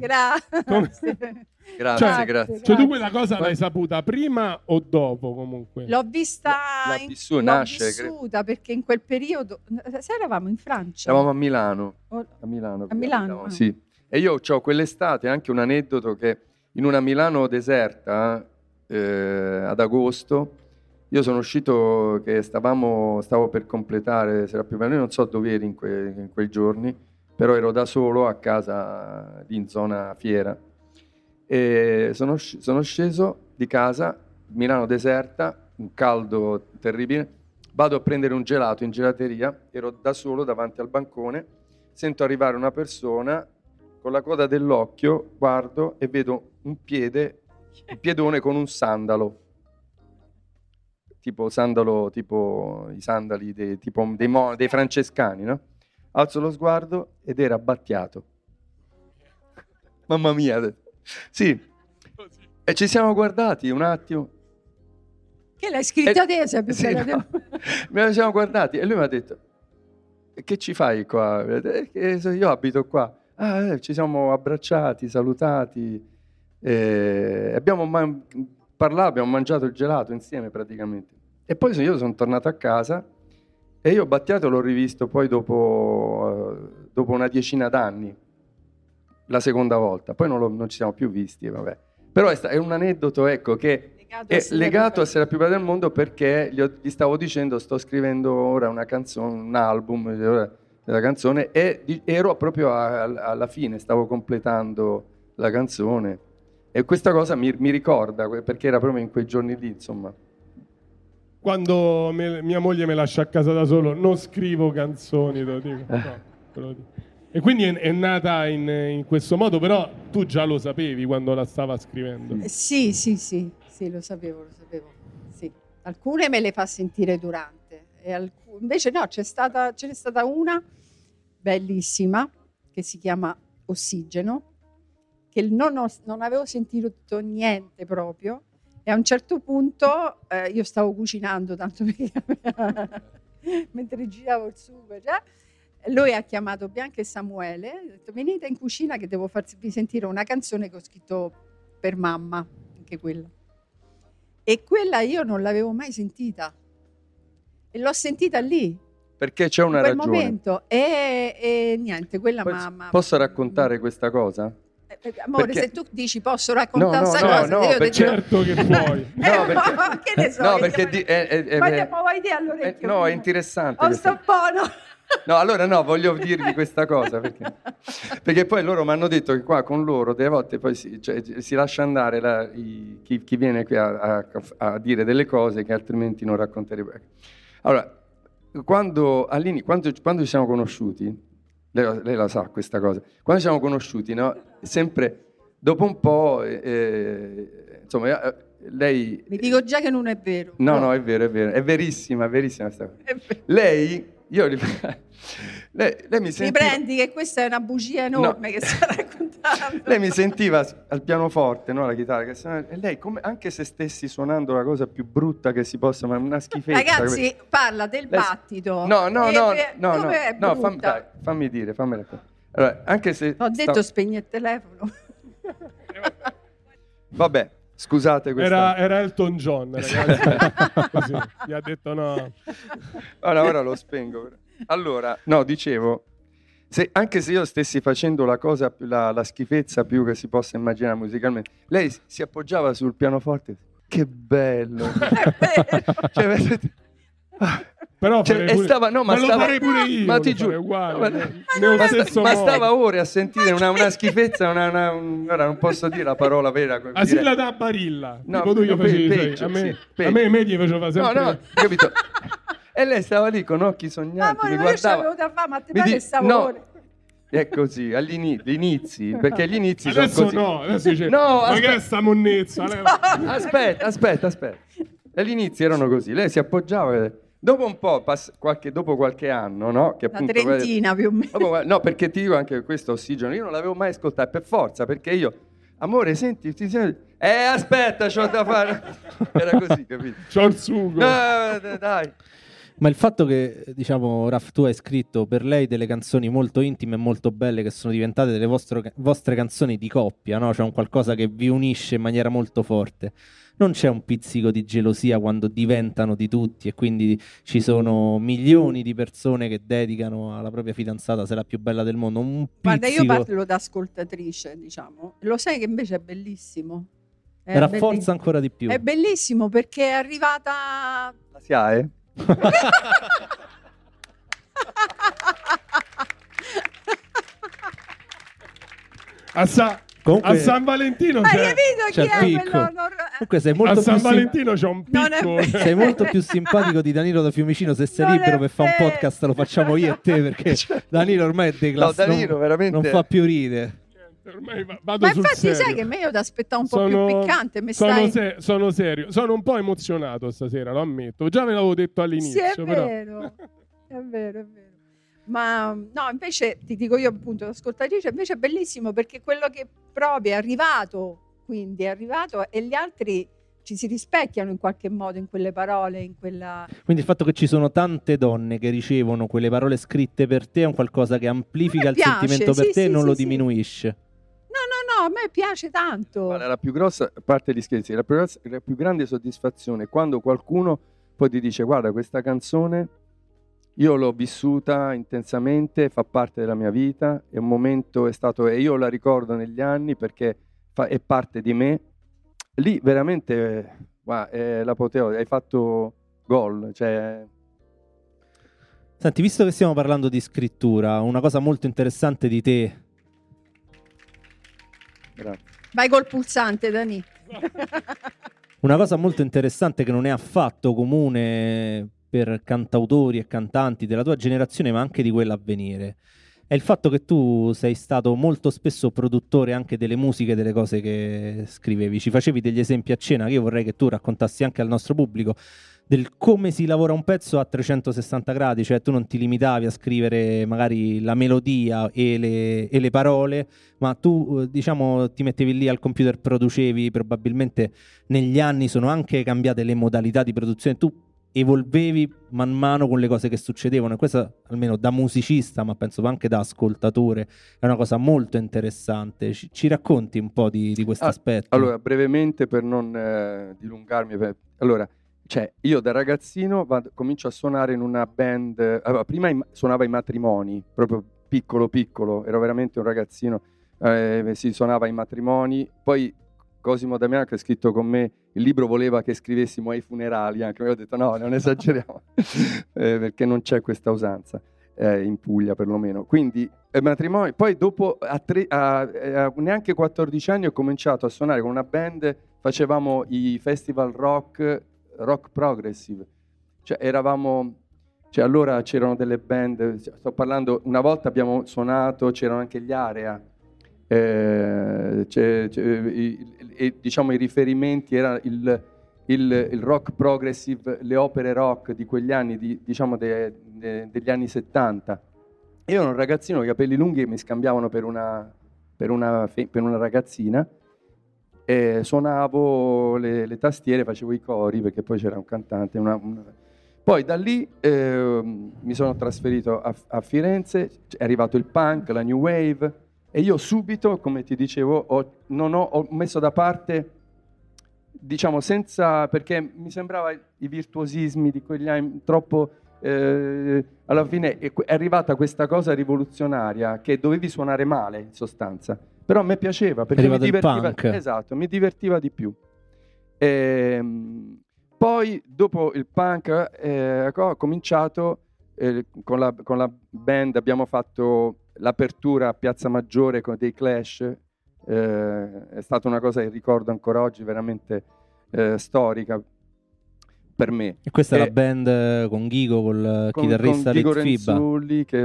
Grazie. Cioè tu quella cosa l'hai saputa prima o dopo comunque? L'ho vista, l'ho vissuta perché in quel periodo, se eravamo in Francia. Eravamo a Milano. A Milano. Sì. E io ho quell'estate anche un aneddoto che in una Milano deserta ad agosto io sono uscito che stavo per completare Sera più bella, non so dove eri in quei giorni, però ero da solo a casa lì in zona Fiera e sono sceso di casa, Milano deserta, un caldo terribile, vado a prendere un gelato in gelateria, ero da solo davanti al bancone, sento arrivare una persona con la coda dell'occhio, guardo e vedo un piedone con un sandalo, tipo i sandali dei francescani, no? Alzo lo sguardo ed era Battiato. Mamma mia. Sì. E ci siamo guardati un attimo. Che l'hai scritto te? Me la siamo guardati e lui mi ha detto: che ci fai qua? Io abito qua. Ci siamo abbracciati, salutati, abbiamo parlato, abbiamo mangiato il gelato insieme praticamente. E poi io sono tornato a casa e io Battiato l'ho rivisto poi dopo una decina d'anni, la seconda volta. Poi non ci siamo più visti, vabbè. Però è un aneddoto, ecco, che è legato a Sei la più bella del mondo, perché gli stavo dicendo, sto scrivendo ora una canzone, un album della canzone, e ero proprio alla fine, stavo completando la canzone. E questa cosa mi ricorda, perché era proprio in quei giorni lì, insomma. Quando mia moglie mi lascia a casa da solo, non scrivo canzoni, te lo dico. No, te lo dico. E quindi è nata in questo modo, però tu già lo sapevi quando la stava scrivendo. Sì, lo sapevo. Sì. Alcune me le fa sentire durante, invece no, ce n'è stata una bellissima che si chiama Ossigeno, che non avevo sentito niente proprio, e a un certo punto io stavo cucinando, tanto mentre giravo il sugo, lui ha chiamato Bianca e Samuele, ha detto: venite in cucina che devo farvi sentire una canzone che ho scritto per mamma, anche quella. E quella io non l'avevo mai sentita, e l'ho sentita lì. Perché c'è una ragione. In quel momento, e niente, quella mamma. Posso raccontare questa cosa? Amore, perché... se tu dici posso raccontare questa cosa, no, io perché... certo che puoi. Che ne so, perché poi di all'orecchio. No, è interessante. Sto buono. No, allora no, voglio dirvi questa cosa, perché poi loro mi hanno detto che qua con loro delle volte poi si lascia andare chi viene qui a dire delle cose che altrimenti non racconterebbe. Allora, quando ci siamo conosciuti, lei la sa questa cosa, quando ci siamo conosciuti, no, sempre dopo un po', insomma, lei... Mi dico già che non è vero. No, è vero, è verissima questa cosa. Lei lei mi sentiva... Riprendi che questa è una bugia enorme che sta raccontando. Lei mi sentiva al pianoforte, no, la chitarra, e lei, anche se stessi suonando la cosa più brutta che si possa, ma una schifezza. Ragazzi, parla del battito. No, Brutta? fammi dire, fammi raccontare. Allora, anche se... Ho detto spegni il telefono. Vabbè, scusate questa... Era Elton John, ragazzi. Così, gli ha detto no. Ora lo spengo. Allora, no, dicevo, anche se io stessi facendo la cosa più, la schifezza più che si possa immaginare musicalmente, lei si appoggiava sul pianoforte. Che bello! Cioè, però farei pure io, ma ti giuro, ma stava ore a sentire una schifezza, ora non posso dire la parola vera. Asilla da barilla. No, tipo tu io facevi peggio, a me peggio. i medie faceva sempre. No, capito? E lei stava lì con occhi sognanti, mi guardava. Io da fame, ma te pare che stavo ore. È così, agli inizi, perché agli inizi adesso sono così. No, adesso dice, ma che è sta monnezza? Aspetta. Agli inizi erano così, lei si appoggiava. Dopo un po', dopo qualche anno, no? Che appunto, una trentina più o meno. No, perché ti dico anche questo ossigeno, io non l'avevo mai ascoltato per forza, perché io, amore, senti, aspetta, c'ho da fare. Era così, capito? C'ho il sugo. Dai. Ma il fatto che, diciamo, Raf, tu hai scritto per lei delle canzoni molto intime e molto belle che sono diventate delle vostre canzoni di coppia, no? Cioè un qualcosa che vi unisce in maniera molto forte. Non c'è un pizzico di gelosia quando diventano di tutti e quindi ci sono milioni di persone che dedicano alla propria fidanzata se è la più bella del mondo? Un pizzico... Guarda, io parlo da ascoltatrice, diciamo. Lo sai che invece è bellissimo. Rafforza ancora di più. È bellissimo perché è arrivata... La SIAE? Comunque, a San Valentino hai capito chi è picco. quello? Comunque sei molto a San più Valentino c'è un picco. sei molto più simpatico di Danilo da Fiumicino. Se sei libero per fare un podcast lo facciamo io e te, perché Danilo ormai è declassato, Danilo veramente... non fa più ridere. Ormai vado ma sul infatti serio. Sai che meglio ti aspettare un po' più piccante. Sono serio, sono un po' emozionato stasera, lo ammetto. Già ve l'avevo detto all'inizio. Sì, è vero. È vero. Ma no, invece ti dico io appunto l'ascoltatrice, invece è bellissimo perché quello che provi è arrivato e gli altri ci si rispecchiano in qualche modo in quelle parole, in quella... Quindi il fatto che ci sono tante donne che ricevono quelle parole scritte per te è un qualcosa che amplifica il sentimento per te e non lo diminuisce. No, a me piace tanto. Guarda, la più grossa, a parte gli scherzi, la più grande soddisfazione è quando qualcuno poi ti dice: guarda, questa canzone io l'ho vissuta intensamente, fa parte della mia vita, è un momento, e io la ricordo negli anni perché è parte di me. Lì veramente è l'apoteosi, hai fatto gol. Cioè... Senti, visto che stiamo parlando di scrittura, una cosa molto interessante di te... Grazie. Vai col pulsante, Dani. Una cosa molto interessante che non è affatto comune per cantautori e cantanti della tua generazione, ma anche di quella a venire, è il fatto che tu sei stato molto spesso produttore anche delle musiche, delle cose che scrivevi. Ci facevi degli esempi a cena che io vorrei che tu raccontassi anche al nostro pubblico del come si lavora un pezzo a 360 gradi, cioè tu non ti limitavi a scrivere magari la melodia e le parole, ma tu diciamo ti mettevi lì al computer, producevi, probabilmente negli anni sono anche cambiate le modalità di produzione, tu evolvevi man mano con le cose che succedevano, e questo almeno da musicista, ma penso anche da ascoltatore, è una cosa molto interessante. Ci racconti un po' di questo aspetto? Allora, brevemente, per non dilungarmi, allora, cioè, io da ragazzino comincio a suonare in una band. Allora, prima suonava ai matrimoni, proprio piccolo, ero veramente un ragazzino, si suonava ai matrimoni. Poi Cosimo Damiano, che ha scritto con me il libro, voleva che scrivessimo ai funerali, anche io ho detto no, non esageriamo, perché non c'è questa usanza, in Puglia perlomeno. Quindi matrimoni. Poi dopo, a neanche 14 anni, ho cominciato a suonare con una band, facevamo i festival rock progressive, cioè allora c'erano delle band, sto parlando, una volta abbiamo suonato, c'erano anche gli Area, diciamo i riferimenti era il rock progressive, le opere rock di quegli anni, diciamo degli anni 70. Io ero un ragazzino con i capelli lunghi e mi scambiavano per una ragazzina, e suonavo le tastiere, facevo i cori, perché poi c'era un cantante. Poi da lì mi sono trasferito a Firenze, è arrivato il punk, la new wave, e io subito, come ti dicevo, ho messo da parte, diciamo, perché mi sembrava i virtuosismi di quegli anni troppo... alla fine è arrivata questa cosa rivoluzionaria che dovevi suonare male, in sostanza, però a me piaceva perché mi divertiva. Esatto, mi divertiva di più. Poi dopo il punk ho cominciato con la band, abbiamo fatto l'apertura a Piazza Maggiore con dei Clash. È stata una cosa che ricordo ancora oggi, veramente storica per me. E questa è la band con Ghigo, col chitarrista con Ghigo Fibba. Renzulli, che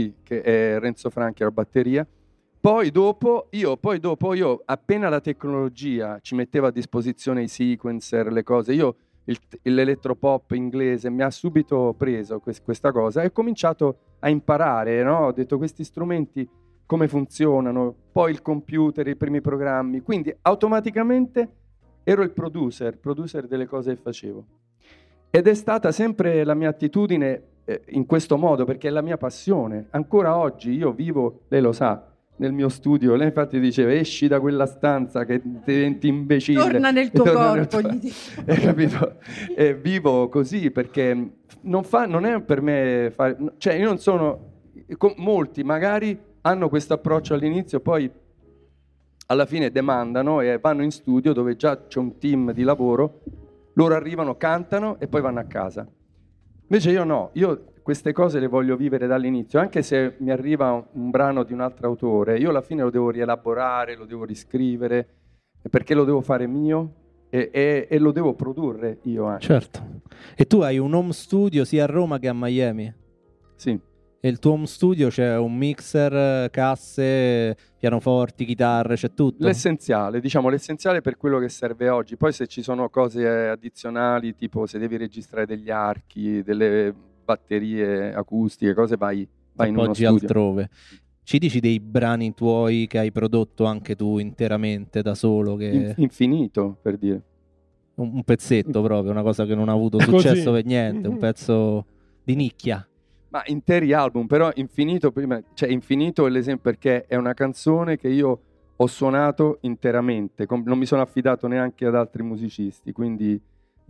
è Renzo Franchi alla batteria. Poi dopo io, appena la tecnologia ci metteva a disposizione i sequencer, le cose, l'elettropop inglese mi ha subito preso questa cosa e ho cominciato a imparare, no? Ho detto questi strumenti come funzionano, poi il computer, i primi programmi, quindi automaticamente ero il producer delle cose che facevo. Ed è stata sempre la mia attitudine in questo modo, perché è la mia passione. Ancora oggi io vivo, lei lo sa, nel mio studio, lei infatti diceva esci da quella stanza che diventi imbecille. Torna nel tuo corpo, Hai capito? Vivo così perché non è per me fare... Cioè io non sono... Molti magari hanno questo approccio all'inizio, poi alla fine demandano e vanno in studio dove già c'è un team di lavoro, loro arrivano, cantano e poi vanno a casa. Invece io no, io queste cose le voglio vivere dall'inizio, anche se mi arriva un brano di un altro autore, io alla fine lo devo rielaborare, lo devo riscrivere, perché lo devo fare mio e lo devo produrre io anche. Certo. E tu hai un home studio sia a Roma che a Miami? Sì. E il tuo home studio c'è un mixer, casse, pianoforti, chitarre, c'è tutto? L'essenziale per quello che serve oggi. Poi se ci sono cose addizionali, tipo se devi registrare degli archi, delle batterie acustiche, cose vai in uno studio. Altrove. Ci dici dei brani tuoi che hai prodotto anche tu interamente da solo? Infinito, per dire. Un pezzetto proprio, una cosa che non ha avuto successo per niente, un pezzo di nicchia. Ma interi album, però Infinito Infinito è l'esempio perché è una canzone che io ho suonato interamente, non mi sono affidato neanche ad altri musicisti, quindi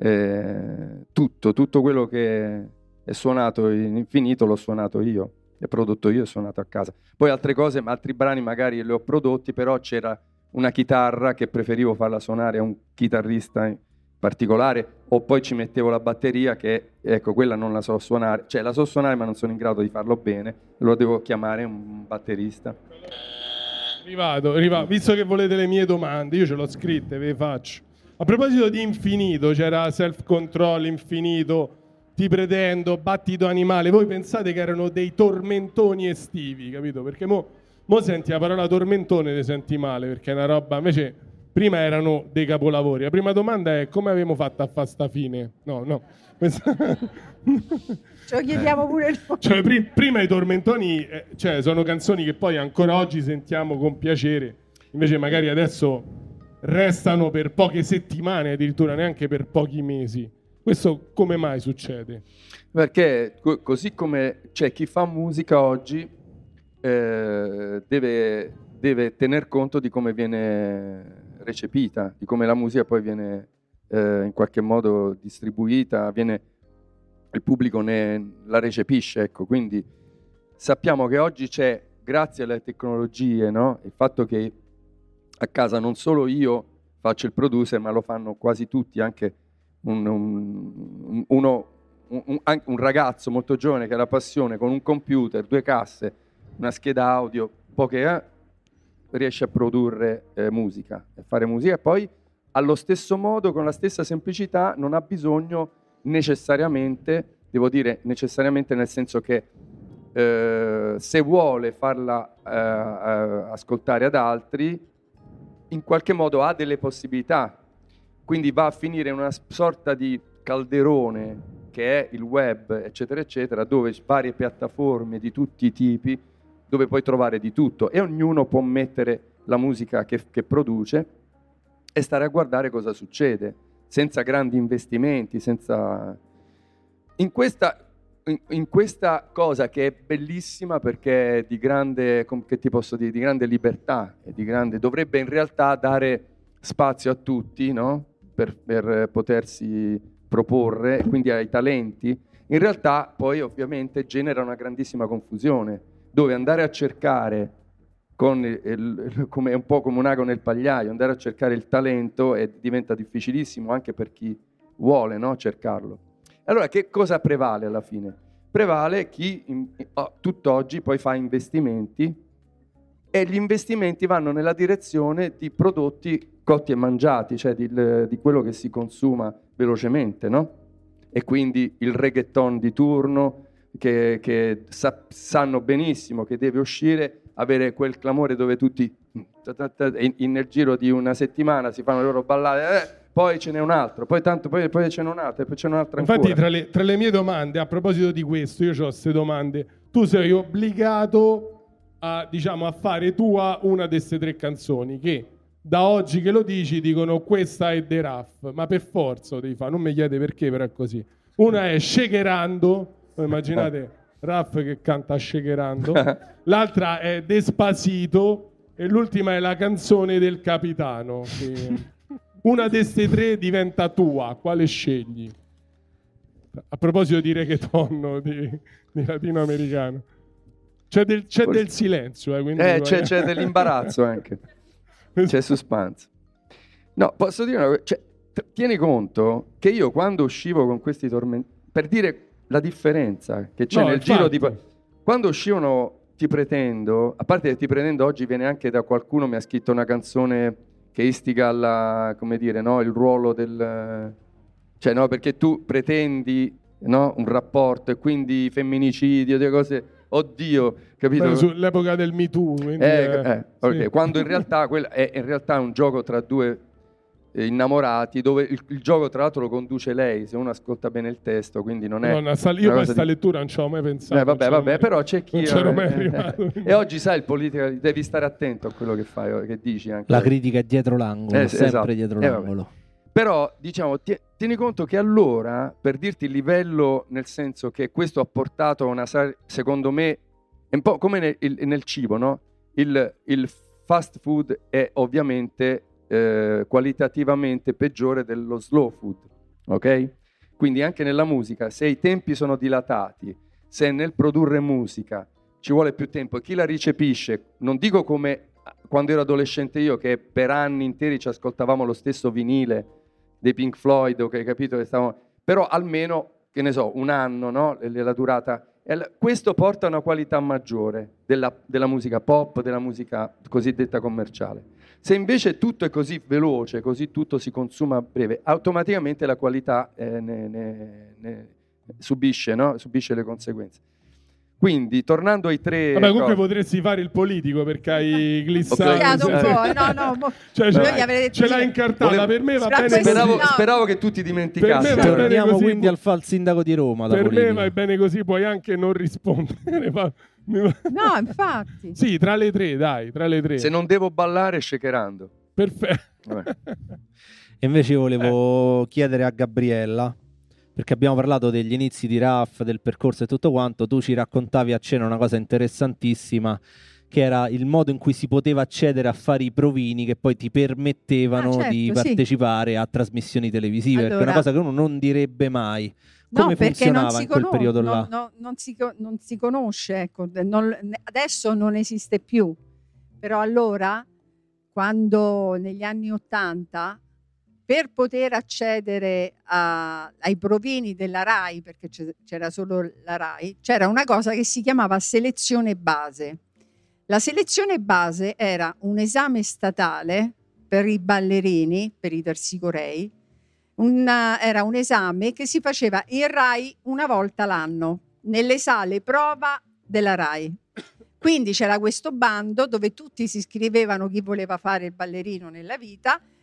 tutto quello che è suonato in Infinito l'ho suonato io, è prodotto io e suonato a casa. Poi altre cose, altri brani magari li ho prodotti, però c'era una chitarra che preferivo farla suonare a un chitarrista in particolare, o poi ci mettevo la batteria che, ecco, quella non la so suonare, cioè la so suonare ma non sono in grado di farlo bene, lo devo chiamare un batterista. Rivado. Visto che volete le mie domande, io ce l'ho scritte, ve le faccio. A proposito di Infinito, c'era Self Control, Infinito, Ti pretendo, Battito animale, voi pensate che erano dei tormentoni estivi, capito? Perché mo senti la parola tormentone, ne senti male, perché è una roba, invece prima erano dei capolavori. La prima domanda è come abbiamo fatto a fare sta fine? No. Ce lo chiediamo pure noi. Cioè, prima i tormentoni sono canzoni che poi ancora oggi sentiamo con piacere, invece magari adesso restano per poche settimane, addirittura neanche per pochi mesi. Questo come mai succede? Perché così come c'è chi fa musica oggi deve tener conto di come viene recepita, di come la musica poi viene in qualche modo distribuita, il pubblico la recepisce, ecco. Quindi sappiamo che oggi c'è, grazie alle tecnologie, no? Il fatto che a casa non solo io faccio il producer, ma lo fanno quasi tutti, anche un ragazzo molto giovane che ha la passione, con un computer, 2 casse, una scheda audio, riesce a produrre musica, a fare musica, e poi allo stesso modo, con la stessa semplicità, non ha bisogno necessariamente, devo dire necessariamente nel senso che se vuole farla ascoltare ad altri, in qualche modo ha delle possibilità, quindi va a finire in una sorta di calderone che è il web, eccetera, eccetera, dove varie piattaforme di tutti i tipi, dove puoi trovare di tutto e ognuno può mettere la musica che produce e stare a guardare cosa succede, senza grandi investimenti, senza... In questa cosa che è bellissima perché è di grande, che ti posso dire, di grande libertà, e dovrebbe in realtà dare spazio a tutti, no? Per potersi proporre, quindi ai talenti, in realtà poi ovviamente genera una grandissima confusione, dove andare a cercare, come un po' come un ago nel pagliaio, andare a cercare il talento diventa difficilissimo anche per chi vuole, no? Cercarlo. Allora che cosa prevale alla fine? Prevale chi tutt'oggi poi fa investimenti e gli investimenti vanno nella direzione di prodotti cotti e mangiati, cioè di quello che si consuma velocemente, no? E quindi il reggaeton di turno che sanno benissimo che deve uscire, avere quel clamore dove tutti nel giro di una settimana si fanno le loro ballate, poi ce n'è un altro, poi ce n'è un altro, e poi c'è un altro ancora. Infatti tra le mie domande, a proposito di questo, io ho queste domande. Tu sei obbligato a, diciamo, a fare tua una di queste 3 canzoni che da oggi che lo dici dicono questa è The Ruff, ma per forza lo devi fare, non mi chiede perché, però è così. Una è Shakerando, immaginate Ruff che canta Shakerando, l'altra è Despacito e l'ultima è la canzone del capitano. Una di queste 3 diventa tua, quale scegli? A proposito di reggaeton, di latinoamericano. C'è del silenzio, quindi c'è dell'imbarazzo anche. C'è suspense. No, posso dire una cosa, cioè, tieni conto che io quando uscivo con questi tormenti, per dire la differenza che c'è nel giro di... Quando uscivano Ti pretendo, a parte che Ti pretendo oggi viene anche da qualcuno, mi ha scritto una canzone che istiga alla, come dire, no, il ruolo del... Cioè, no, perché tu pretendi, no, un rapporto e quindi femminicidio, delle cose... Oddio, capito? Sull'epoca del Me Too. Okay. Sì. Quando in realtà è in realtà un gioco tra 2 innamorati, dove il gioco tra l'altro lo conduce lei, se uno ascolta bene il testo, quindi non è... io questa lettura non ci ho mai pensato. Vabbè, però c'è chi... Non c'ero mai arrivato. E oggi sai, il politica, devi stare attento a quello che fai, che dici anche. La critica è dietro l'angolo, sempre esatto. dietro l'angolo. Però, diciamo, tieni conto che allora, per dirti il livello, nel senso che questo ha portato a una, secondo me, è un po' come nel cibo, no? Il fast food è ovviamente qualitativamente peggiore dello slow food, ok? Quindi anche nella musica, se i tempi sono dilatati, se nel produrre musica ci vuole più tempo e chi la ricepisce, non dico come quando ero adolescente io, che per anni interi ci ascoltavamo lo stesso vinile dei Pink Floyd, ok, capito? Che stavamo... Però almeno, che ne so, un anno, no? La durata. Questo porta a una qualità maggiore della musica pop, della musica cosiddetta commerciale. Se invece tutto è così veloce, così tutto si consuma a breve, automaticamente la qualità ne subisce, no? Subisce le conseguenze. Quindi, tornando ai 3... Vabbè, comunque potresti fare il politico perché hai glissato. un po', cioè, ce l'hai incartata. Per me va bene speravo che tu ti dimenticassi. Torniamo quindi al fa il sindaco di Roma. Per me va bene così, puoi anche non rispondere. No, infatti. Sì, tra le 3, dai, tra le 3. Se non devo ballare, Shakerando. Perfetto. E invece volevo chiedere a Gabriella, perché abbiamo parlato degli inizi di Ruff, del percorso e tutto quanto, tu ci raccontavi a cena una cosa interessantissima, che era il modo in cui si poteva accedere a fare i provini che poi ti permettevano di partecipare a trasmissioni televisive, perché è una cosa che uno non direbbe mai. Come funzionava in quel periodo là? Non si conosce, ecco. Adesso non esiste più, però allora, quando negli anni '80, per poter accedere ai provini della RAI, perché c'era solo la RAI, c'era una cosa che si chiamava selezione base. La selezione base era un esame statale per i ballerini, per i tersicorei, era un esame che si faceva in RAI una volta l'anno, nelle sale prova della RAI. Quindi c'era questo bando dove tutti si iscrivevano chi voleva fare il ballerino nella vita,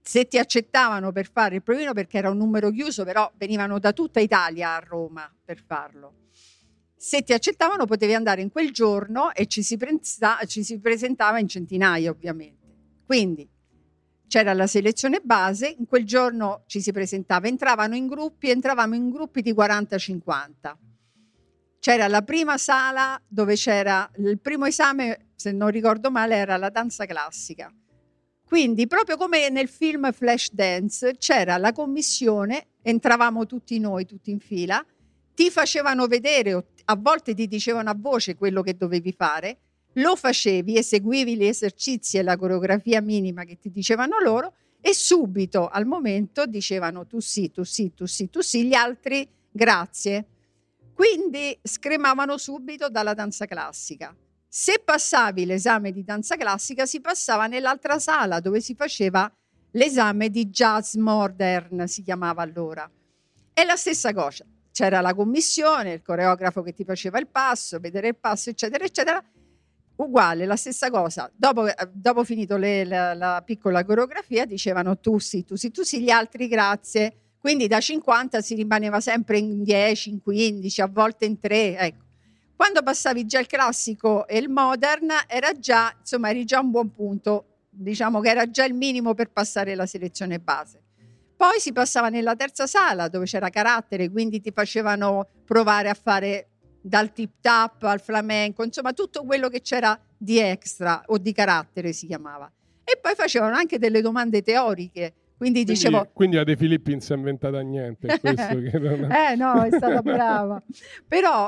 se ti accettavano per fare il provino, perché era un numero chiuso, però venivano da tutta Italia a Roma per farlo. Se ti accettavano potevi andare in quel giorno e ci si presentava in centinaia, ovviamente. Quindi c'era la selezione base, in quel giorno ci si presentava, entravamo in gruppi di 40-50. C'era la prima sala dove c'era il primo esame, se non ricordo male, era la danza classica. Quindi proprio come nel film Flashdance c'era la commissione, entravamo tutti noi, tutti in fila, ti facevano vedere, o a volte ti dicevano a voce quello che dovevi fare, lo facevi, eseguivi gli esercizi e la coreografia minima che ti dicevano loro e subito al momento dicevano tu sì, tu sì, tu sì, tu sì, gli altri grazie. Quindi scremavano subito dalla danza classica. Se passavi l'esame di danza classica si passava nell'altra sala dove si faceva l'esame di jazz modern, si chiamava allora. È la stessa cosa. C'era la commissione, il coreografo che ti faceva il passo, vedere il passo, eccetera, eccetera. Uguale, la stessa cosa. Dopo finito la piccola coreografia dicevano tu sì, tu sì, tu sì, gli altri grazie. Quindi da 50 si rimaneva sempre in 10, in 15, a volte in 3. Ecco. Quando passavi già il classico e il modern eri già un buon punto. Diciamo che era già il minimo per passare la selezione base. Poi si passava nella terza sala dove c'era carattere, quindi ti facevano provare a fare dal tip tap al flamenco, insomma tutto quello che c'era di extra o di carattere si chiamava. E poi facevano anche delle domande teoriche, quindi dicevo... Quindi a De Filippi non si è inventata niente. Questo che non... no, è stata brava. Però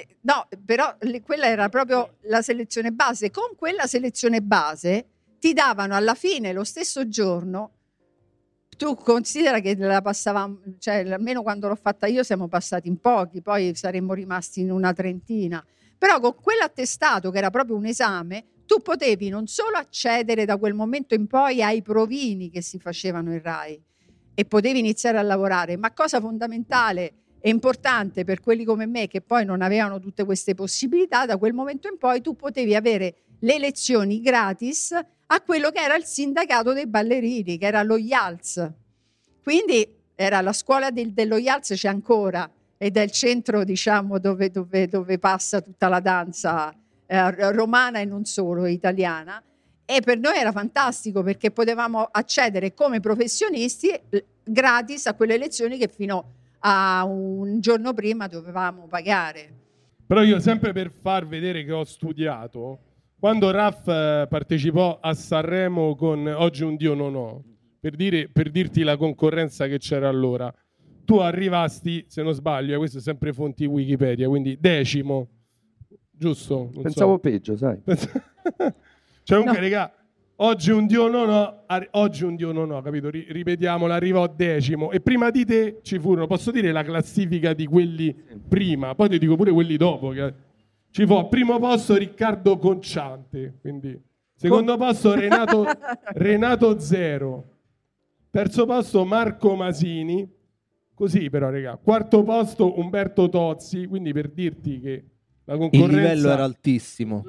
quella era proprio la selezione base. Con quella selezione base ti davano alla fine, lo stesso giorno, tu considera che la passavamo, cioè almeno quando l'ho fatta io siamo passati in pochi, poi saremmo rimasti in una trentina, però con quell'attestato che era proprio un esame tu potevi non solo accedere da quel momento in poi ai provini che si facevano in RAI e potevi iniziare a lavorare, ma cosa fondamentale e importante per quelli come me che poi non avevano tutte queste possibilità, da quel momento in poi tu potevi avere le lezioni gratis a quello che era il sindacato dei ballerini, che era lo IALS. Quindi era la scuola dello IALS, c'è ancora, ed è il centro, diciamo, dove passa tutta la danza romana e non solo, italiana. E per noi era fantastico perché potevamo accedere come professionisti gratis a quelle lezioni che fino a un giorno prima dovevamo pagare. Però io sempre per far vedere che ho studiato, quando Raff partecipò a Sanremo con Oggi un Dio non ho, per dirti la concorrenza che c'era allora, tu arrivasti, se non sbaglio, questo è sempre fonti Wikipedia, quindi 10º, giusto? Non Pensavo peggio, sai. Cioè comunque, regà, Oggi un Dio non ho, capito? Ripetiamolo, arrivò 10º e prima di te ci furono, posso dire la classifica di quelli prima, poi ti dico pure quelli dopo, che ci fu al primo posto Riccardo Conciante, quindi secondo posto Renato Zero, terzo posto Marco Masini, così però regà, quarto posto Umberto Tozzi, quindi per dirti che la concorrenza... Il livello era altissimo.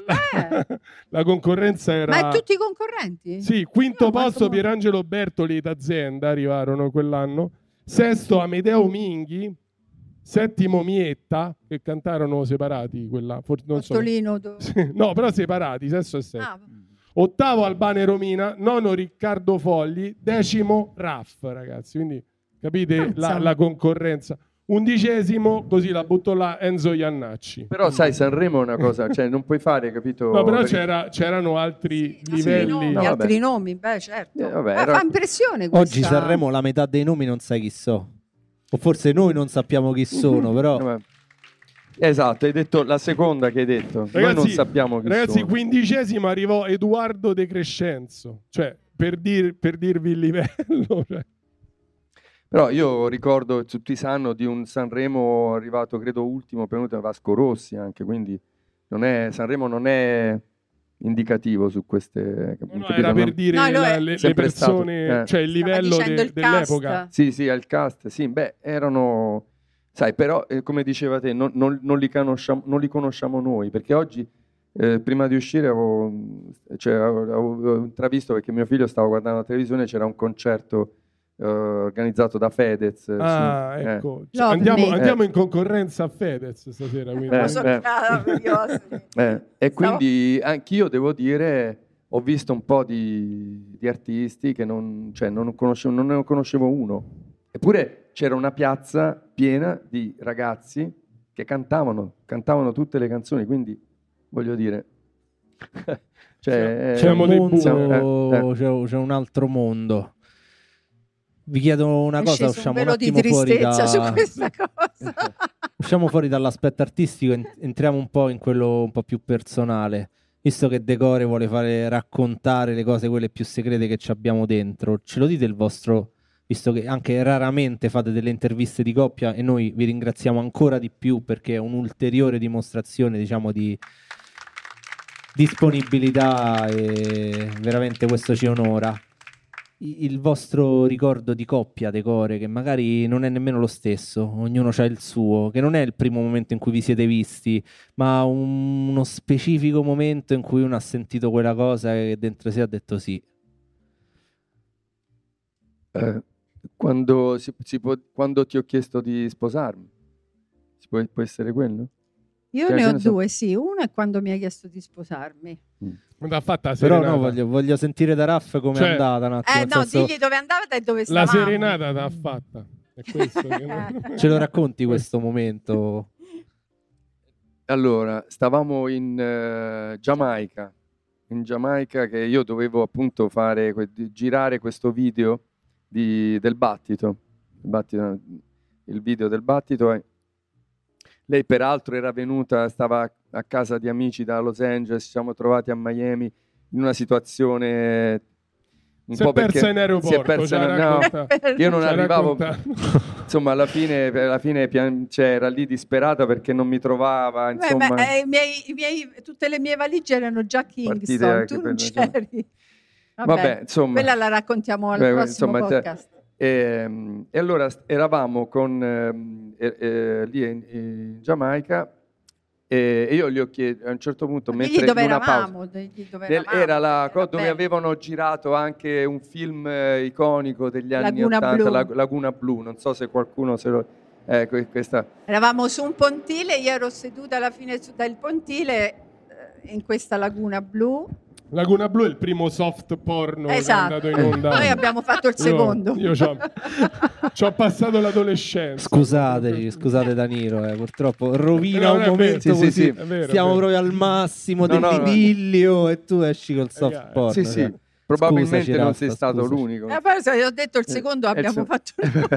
La concorrenza era... Ma tutti i concorrenti? Sì, quinto posto Pierangelo Bertoli d'Azienda arrivarono quell'anno, sesto Amedeo Minghi, settimo Mietta, che cantarono separati quella, non so. No, però separati, sesto e settimo. Ottavo Albane Romina, nono Riccardo Fogli, decimo Raff, ragazzi, quindi capite la concorrenza. 11º, così la butto là, Enzo Iannacci. Però sai, Sanremo è una cosa, cioè non puoi fare, capito? No, però c'erano altri livelli. Altri nomi, beh, certo. Fa impressione questa. Oggi Sanremo la metà dei nomi non sai chi so. O forse noi non sappiamo chi sono, però... Esatto, hai detto la seconda che hai detto. Ragazzi, noi non sappiamo chi sono. 15º arrivò Edoardo De Crescenzo, cioè per dirvi il livello. Cioè. Però io ricordo, tutti sanno, di un Sanremo arrivato, credo ultimo, venuto Vasco Rossi anche, quindi Sanremo non è indicativo su queste... No, era per dire le persone, cioè il livello dell'epoca. Sì, il cast, sì, beh, erano... Sai, però, come diceva te, non li conosciamo noi, perché oggi Prima di uscire avevo intravisto, perché mio figlio stava guardando la televisione, c'era un concerto organizzato da Fedez. Ecco. Love Me. Andiamo in concorrenza a Fedez stasera. E quindi anch'io devo dire, ho visto un po' di artisti che non ne conoscevo uno. Eppure c'era una piazza piena di ragazzi che cantavano tutte le canzoni, quindi voglio dire... c'è un altro mondo. Vi chiedo una cosa, usciamo un attimo fuori su questa cosa. Usciamo fuori dall'aspetto artistico e entriamo un po' in quello un po' più personale. Visto che Decore vuole fare raccontare le cose, quelle più segrete che ci abbiamo dentro, ce lo dite il vostro, visto che anche raramente fate delle interviste di coppia, e noi vi ringraziamo ancora di più perché è un'ulteriore dimostrazione, diciamo, di disponibilità, e veramente questo ci onora. Il vostro ricordo di coppia, Decore, che magari non è nemmeno lo stesso, ognuno ha il suo, che non è il primo momento in cui vi siete visti, ma uno specifico momento in cui uno ha sentito quella cosa e dentro sé ha detto sì. Quando ti ho chiesto di sposarmi, può essere quello? Io ne ho due, sì. Uno è quando mi ha chiesto di sposarmi. Però no, voglio sentire da Raff come è andata un attimo. Digli dove andava e dove stavamo. La serenata l'ha fatta. È questo che... Ce lo racconti questo momento? Allora, stavamo in Giamaica, che io dovevo appunto girare questo video del battito, il video del battito. Lei peraltro era venuta, stava a casa di amici da Los Angeles, ci siamo trovati a Miami in una situazione un po' perché in aeroporto, si è persa io non arrivavo, insomma alla fine era lì disperata perché non mi trovava, insomma. Tutte le mie valigie erano già Kingston, tu non c'eri. Vabbè, insomma, quella la raccontiamo al prossimo podcast. E allora eravamo lì in Giamaica e io gli ho chiesto a un certo punto, mentre dove in una eravamo, era la cosa dove avevano girato anche un film iconico degli anni Laguna 80, Blu. Laguna Blu, non so se qualcuno se lo... questa... Eravamo su un pontile, io ero seduta alla fine del pontile in questa Laguna Blu. Laguna Blu è il primo soft porno che è andato in onda. Noi abbiamo fatto il secondo. Io ci ho passato l'adolescenza. Scusate Danilo, purtroppo rovina un momento così. Sì, stiamo proprio al massimo dell'idillio e tu esci col soft porno. Sì. Probabilmente non sei stato l'unico. Io ho detto il secondo, abbiamo fatto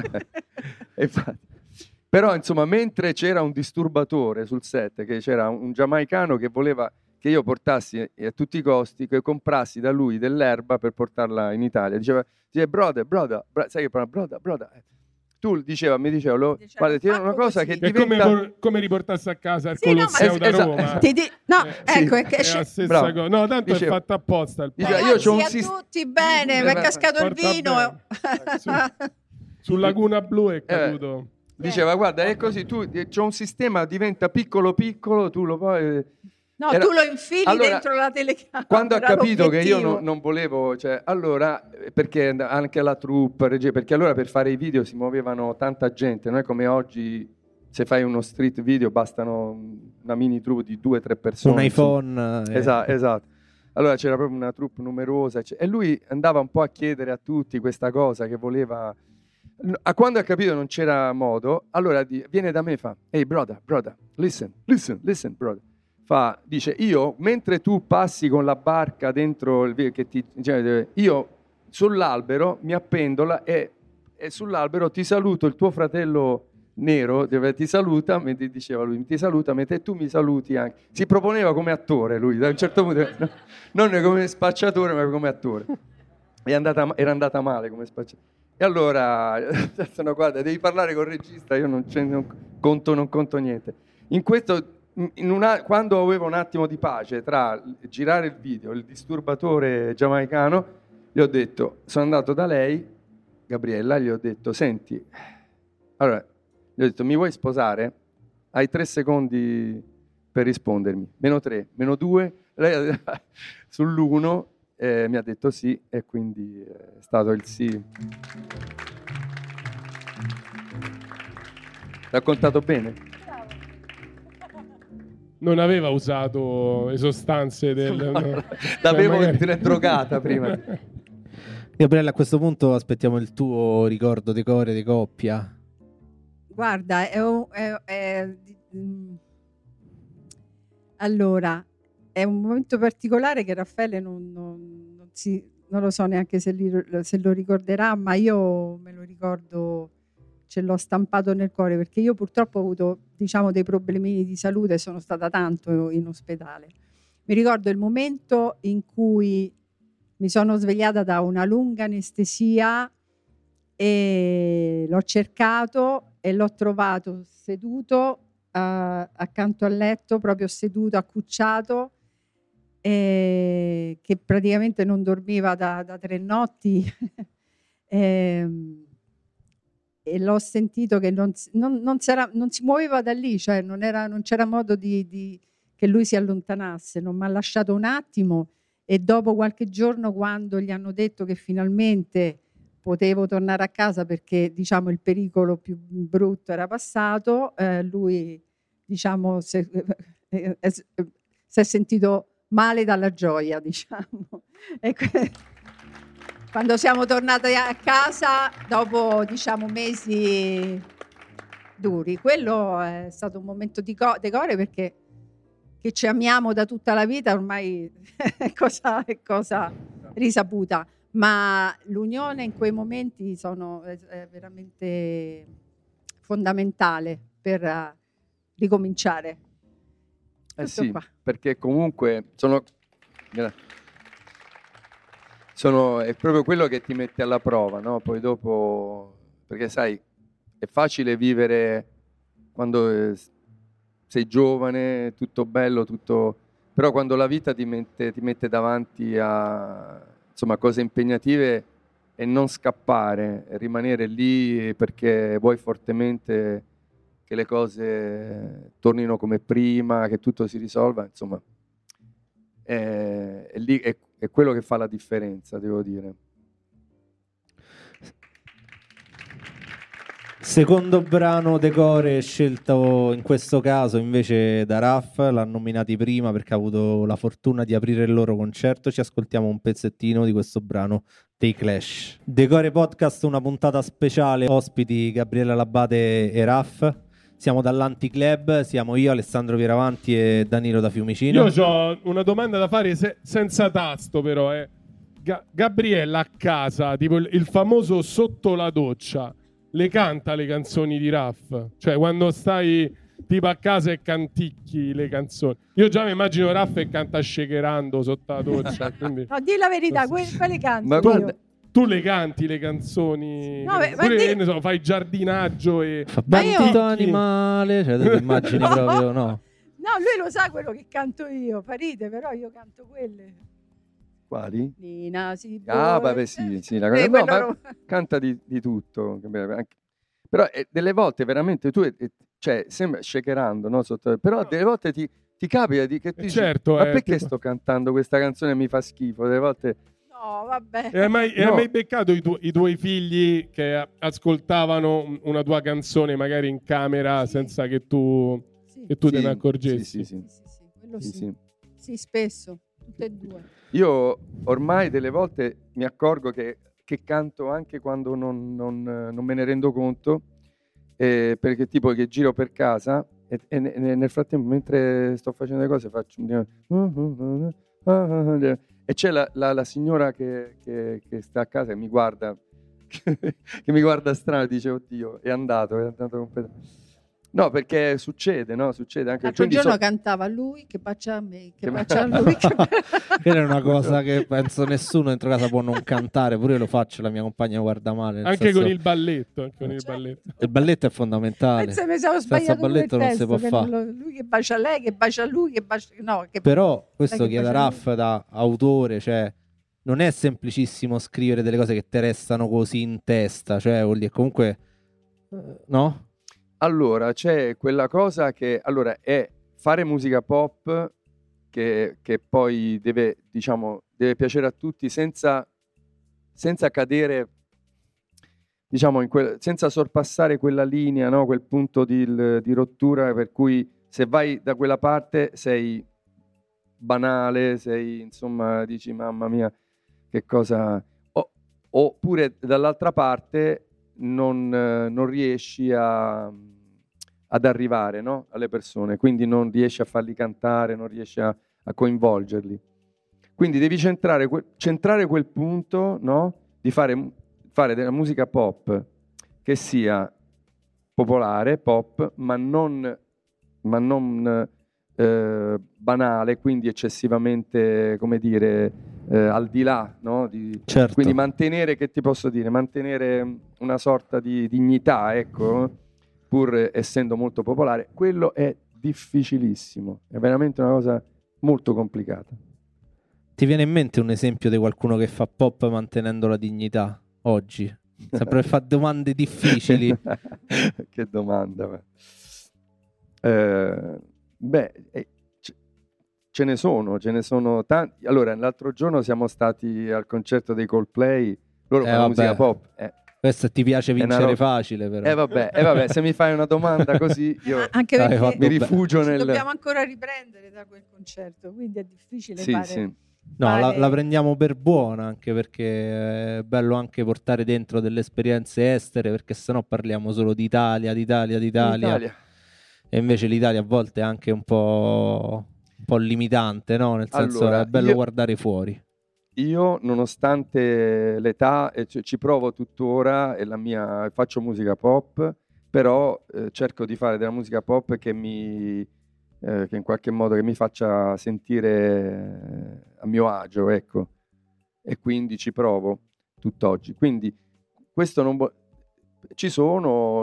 Però insomma, mentre c'era un disturbatore sul set, che c'era un giamaicano che voleva che io portassi a tutti i costi, che comprassi da lui dell'erba per portarla in Italia. Diceva brother, sai che brother. Tu mi diceva, guarda, ti dico una cosa che diventa... come riportarsi a casa il Colosseo da Roma. Ecco, è la stessa cosa. No, tanto è fatta apposta il io c'ho un tutti bene, mi è cascato il vino. Su Laguna Blu è caduto. Diceva, guarda, è così, c'è un sistema, diventa piccolo, tu lo puoi... tu lo infili dentro la telecamera. Quando ha capito che io non volevo, allora, perché anche la troupe, perché allora per fare i video si muovevano tanta gente, non è come oggi, se fai uno street video bastano una mini troupe di 2 o 3 persone. Un iPhone. Esatto. Allora c'era proprio una troupe numerosa, e lui andava un po' a chiedere a tutti questa cosa che voleva. Quando ha capito non c'era modo, allora viene da me e fa: "Hey brother, listen brother." Dice, io mentre tu passi con la barca dentro io sull'albero mi appendo e sull'albero ti saluto, il tuo fratello nero ti saluta, diceva lui, ti saluta mentre tu mi saluti anche. Si proponeva come attore lui, da un certo punto, non come spacciatore ma come attore. Era andata male come spacciatore. E allora, guarda, devi parlare col regista, io non conto niente. In questo... quando avevo un attimo di pace tra girare il video e il disturbatore giamaicano, gli ho detto, sono andato da lei, Gabriella, gli ho detto, senti, allora, gli ho detto, mi vuoi sposare? Hai 3 secondi per rispondermi. -3, -2, lei sull'1 mi ha detto sì e quindi è stato il sì. Raccontato bene? Non aveva usato le sostanze del... L'avevo magari... drogata prima. Gabriella, a questo punto aspettiamo il tuo ricordo decore di coppia. Guarda, allora, è un momento particolare che Raffaele non lo so neanche se lo ricorderà, ma io me lo ricordo, ce l'ho stampato nel cuore, perché io purtroppo ho avuto, diciamo, dei problemini di salute e sono stata tanto in ospedale. Mi ricordo il momento in cui mi sono svegliata da una lunga anestesia e l'ho cercato e l'ho trovato seduto accanto al letto, proprio seduto, accucciato, che praticamente non dormiva da 3 notti e l'ho sentito che non si muoveva da lì, cioè non c'era modo che lui si allontanasse, non mi ha lasciato un attimo. E dopo qualche giorno, quando gli hanno detto che finalmente potevo tornare a casa perché, diciamo, il pericolo più brutto era passato, lui, diciamo, si è sentito male dalla gioia, diciamo. Quando siamo tornati a casa, dopo, diciamo, mesi duri, quello è stato un momento di decore, perché che ci amiamo da tutta la vita ormai è cosa risaputa, ma l'unione in quei momenti è veramente fondamentale per ricominciare. Sì, qua. perché comunque è proprio quello che ti mette alla prova, no? Poi dopo, perché sai, è facile vivere quando sei giovane, tutto bello, però quando la vita ti mette davanti a, insomma, cose impegnative, e non scappare, e rimanere lì perché vuoi fortemente che le cose tornino come prima, che tutto si risolva, insomma, è quello che fa la differenza, devo dire. Secondo brano decore scelto in questo caso invece da Raff, l'hanno nominati prima perché ha avuto la fortuna di aprire il loro concerto. Ci ascoltiamo un pezzettino di questo brano dei Clash. Decore Podcast, una puntata speciale, ospiti Gabriella Labate e Raff. Siamo dall'Anticlub, siamo io, Alessandro Pieravanti e Danilo da Fiumicino. Io ho una domanda da fare senza tasto, però. Gabriella a casa, tipo il famoso sotto la doccia, le canta le canzoni di Raff? Cioè, quando stai tipo a casa e canticchi le canzoni. Io già mi immagino Raff e canta shakerando sotto la doccia. Quindi... No, di la verità, quelle canto. Ma guarda, tu le canti le canzoni? No, pure, ne so, fai giardinaggio e... Fa bandito animale, cioè te immagini proprio, no? No, lui lo sa quello che canto io, farite, però io canto quelle. Quali? Nina, sì, vabbè, sì, la cosa, no, ma canta di tutto, però delle volte veramente tu, cioè, sembra shakerando, no? Però delle volte ti capita che tu dici, certo, ma perché tipo... sto cantando questa canzone e mi fa schifo? Delle volte... No, vabbè. Hai mai beccato i tuoi figli che ascoltavano una tua canzone magari in camera senza che tu te ne accorgessi? Sì. Quello sì. Sì, spesso, tutte e due. Io ormai delle volte mi accorgo che canto anche quando non me ne rendo conto, perché tipo che giro per casa e nel frattempo, mentre sto facendo le cose, faccio... E c'è la signora che sta a casa e mi guarda, che mi guarda strano, e dice, oddio, è andato completamente. No, perché succede, no? Succede anche. L'altro giorno cantava lui che bacia a me, che bacia a lui. Quella è una cosa che penso nessuno dentro casa può non cantare, pure io lo faccio, la mia compagna guarda male. Anche con il balletto. Il balletto è fondamentale. Mi sono senza balletto non si può fare. Lui che bacia lei, che bacia lui, che bacia... No, che... Però questo chiede a Raff da autore, cioè non è semplicissimo scrivere delle cose che ti restano così in testa, cioè vuol dire comunque no? Allora, c'è quella cosa che allora è fare musica pop che poi deve piacere a tutti senza cadere, diciamo, senza sorpassare quella linea, no? Quel punto di rottura per cui se vai da quella parte sei banale, insomma, dici mamma mia, che cosa... Oppure dall'altra parte non riesci ad arrivare, no? Alle persone, quindi non riesci a farli cantare, non riesci a coinvolgerli. Quindi devi centrare quel punto, no? Di fare della musica pop che sia popolare, pop, ma non banale, quindi eccessivamente, come dire, al di là, no? Certo. Quindi mantenere una sorta di dignità, ecco, pur essendo molto popolare. Quello è difficilissimo, è veramente una cosa molto complicata. Ti viene in mente un esempio di qualcuno che fa pop mantenendo la dignità oggi? Sempre fa domande difficili. Che domanda. Ce ne sono tanti. Allora, l'altro giorno siamo stati al concerto dei Coldplay, loro fanno musica pop. Questo ti piace vincere facile, però. Vabbè, se mi fai una domanda così, io anche perché mi rifugio ci dobbiamo ancora riprendere da quel concerto, quindi è difficile fare... Sì. No, la prendiamo per buona, anche perché è bello anche portare dentro delle esperienze estere, perché sennò parliamo solo di Italia. E invece l'Italia a volte è anche un po' limitante, no? Nel senso, allora, è bello guardare fuori. Io, nonostante l'età, ci provo tuttora, faccio musica pop, però cerco di fare della musica pop che in qualche modo che mi faccia sentire a mio agio, ecco. E quindi ci provo tutt'oggi. Quindi questo non ci sono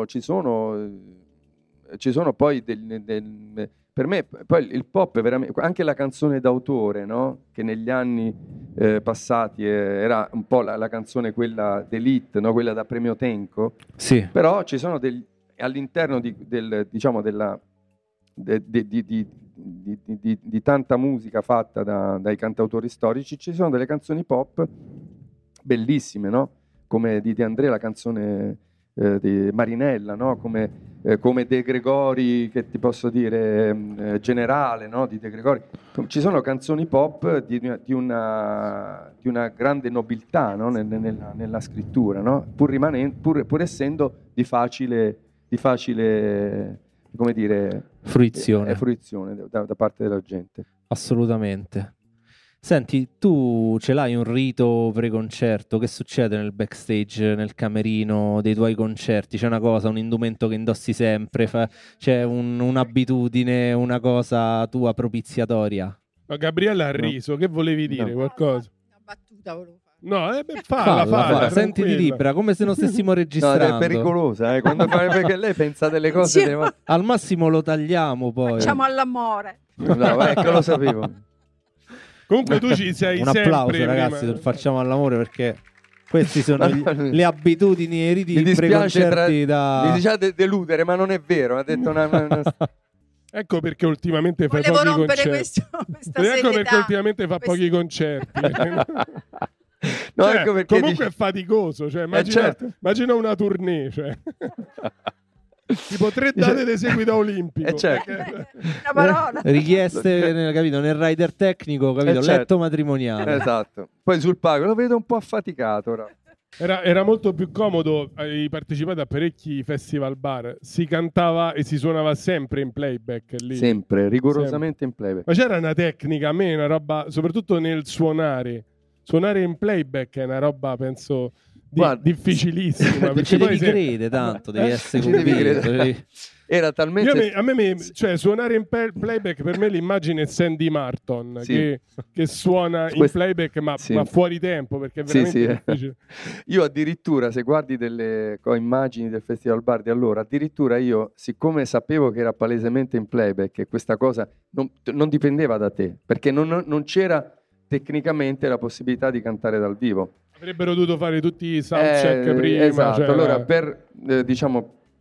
poi per me poi il pop è veramente, anche la canzone d'autore, no? Che negli anni passati era un po' la canzone quella d'élite, no? Quella da premio Tenco. Sì. Però ci sono all'interno di tanta musica fatta dai cantautori storici, ci sono delle canzoni pop bellissime, no? Come di De André, la canzone di Marinella, no? Come De Gregori, che ti posso dire, Generale, no? Di De Gregori. Ci sono canzoni pop di una grande nobiltà, no? nella scrittura, no? Pur essendo di facile come dire, fruizione da parte della gente. Assolutamente. Senti, tu ce l'hai un rito preconcerto? Che succede nel backstage, nel camerino dei tuoi concerti? C'è una cosa, un indumento che indossi sempre? C'è un'abitudine, una cosa tua propiziatoria? Ma Gabriella ha riso, che volevi dire? Qualcosa? Una battuta volevo fare. No, falla. Sentiti libera, come se non stessimo registrando. No, è pericolosa, quando perché lei pensa delle cose. Al massimo lo tagliamo poi. Facciamo all'amore. No, ecco, lo sapevo. Comunque tu ci sei un sempre. Un applauso, ragazzi, facciamo all'amore, perché queste sono le abitudini e i riti preconcerti mi diciate deludere, ma non è vero. Ha detto Ecco perché ultimamente fai Volevo pochi rompere concerti. questa Ecco perché ultimamente fa pochi concerti. No, cioè, ecco perché comunque è faticoso, cioè, immagina una tournée, cioè. Tipo 3 date di seguito olimpico. Certo. Una parola. Richieste, capito, nel rider tecnico, capito, certo. Letto matrimoniale. Esatto. Poi sul palco lo vedo un po' affaticato ora. Era molto più comodo, hai partecipato a parecchi festival bar, si cantava e si suonava sempre in playback lì. Sempre, rigorosamente in playback. Ma c'era una tecnica, a me una roba, soprattutto nel suonare in playback è una roba, penso, difficilissima. Ci devi credere tanto, devi essere convinto. Era talmente... cioè, suonare in playback per me l'immagine è Sandy Martin, sì. che suona in playback ma fuori tempo, perché è veramente difficile. Io addirittura, se guardi delle immagini del Festival Bar di allora, addirittura io, siccome sapevo che era palesemente in playback e questa cosa non dipendeva da te, perché non c'era tecnicamente la possibilità di cantare dal vivo. Avrebbero dovuto fare tutti i soundcheck prima. Esatto, allora per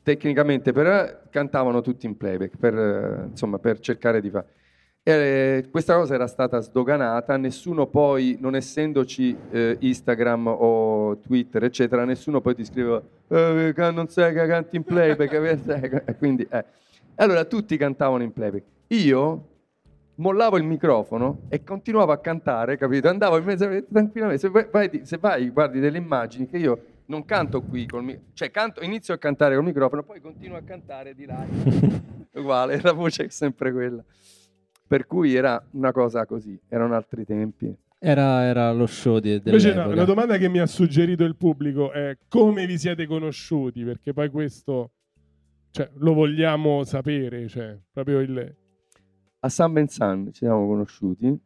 tecnicamente, però cantavano tutti in playback per cercare di fare. Questa cosa era stata sdoganata, nessuno poi, non essendoci Instagram o Twitter, eccetera, nessuno poi ti scriveva non sai che canti in playback, quindi allora tutti cantavano in playback. Io mollavo il microfono e continuavo a cantare, capito? Andavo in mezzo tranquillamente. Se vai, guardi delle immagini che io non canto qui inizio a cantare col microfono, poi continuo a cantare di là. Uguale, la voce è sempre quella. Per cui era una cosa così, erano altri tempi. Era lo show Invece dell'epoca. una domanda che mi ha suggerito il pubblico è come vi siete conosciuti, perché poi questo lo vogliamo sapere, proprio A San Vincent ci siamo conosciuti.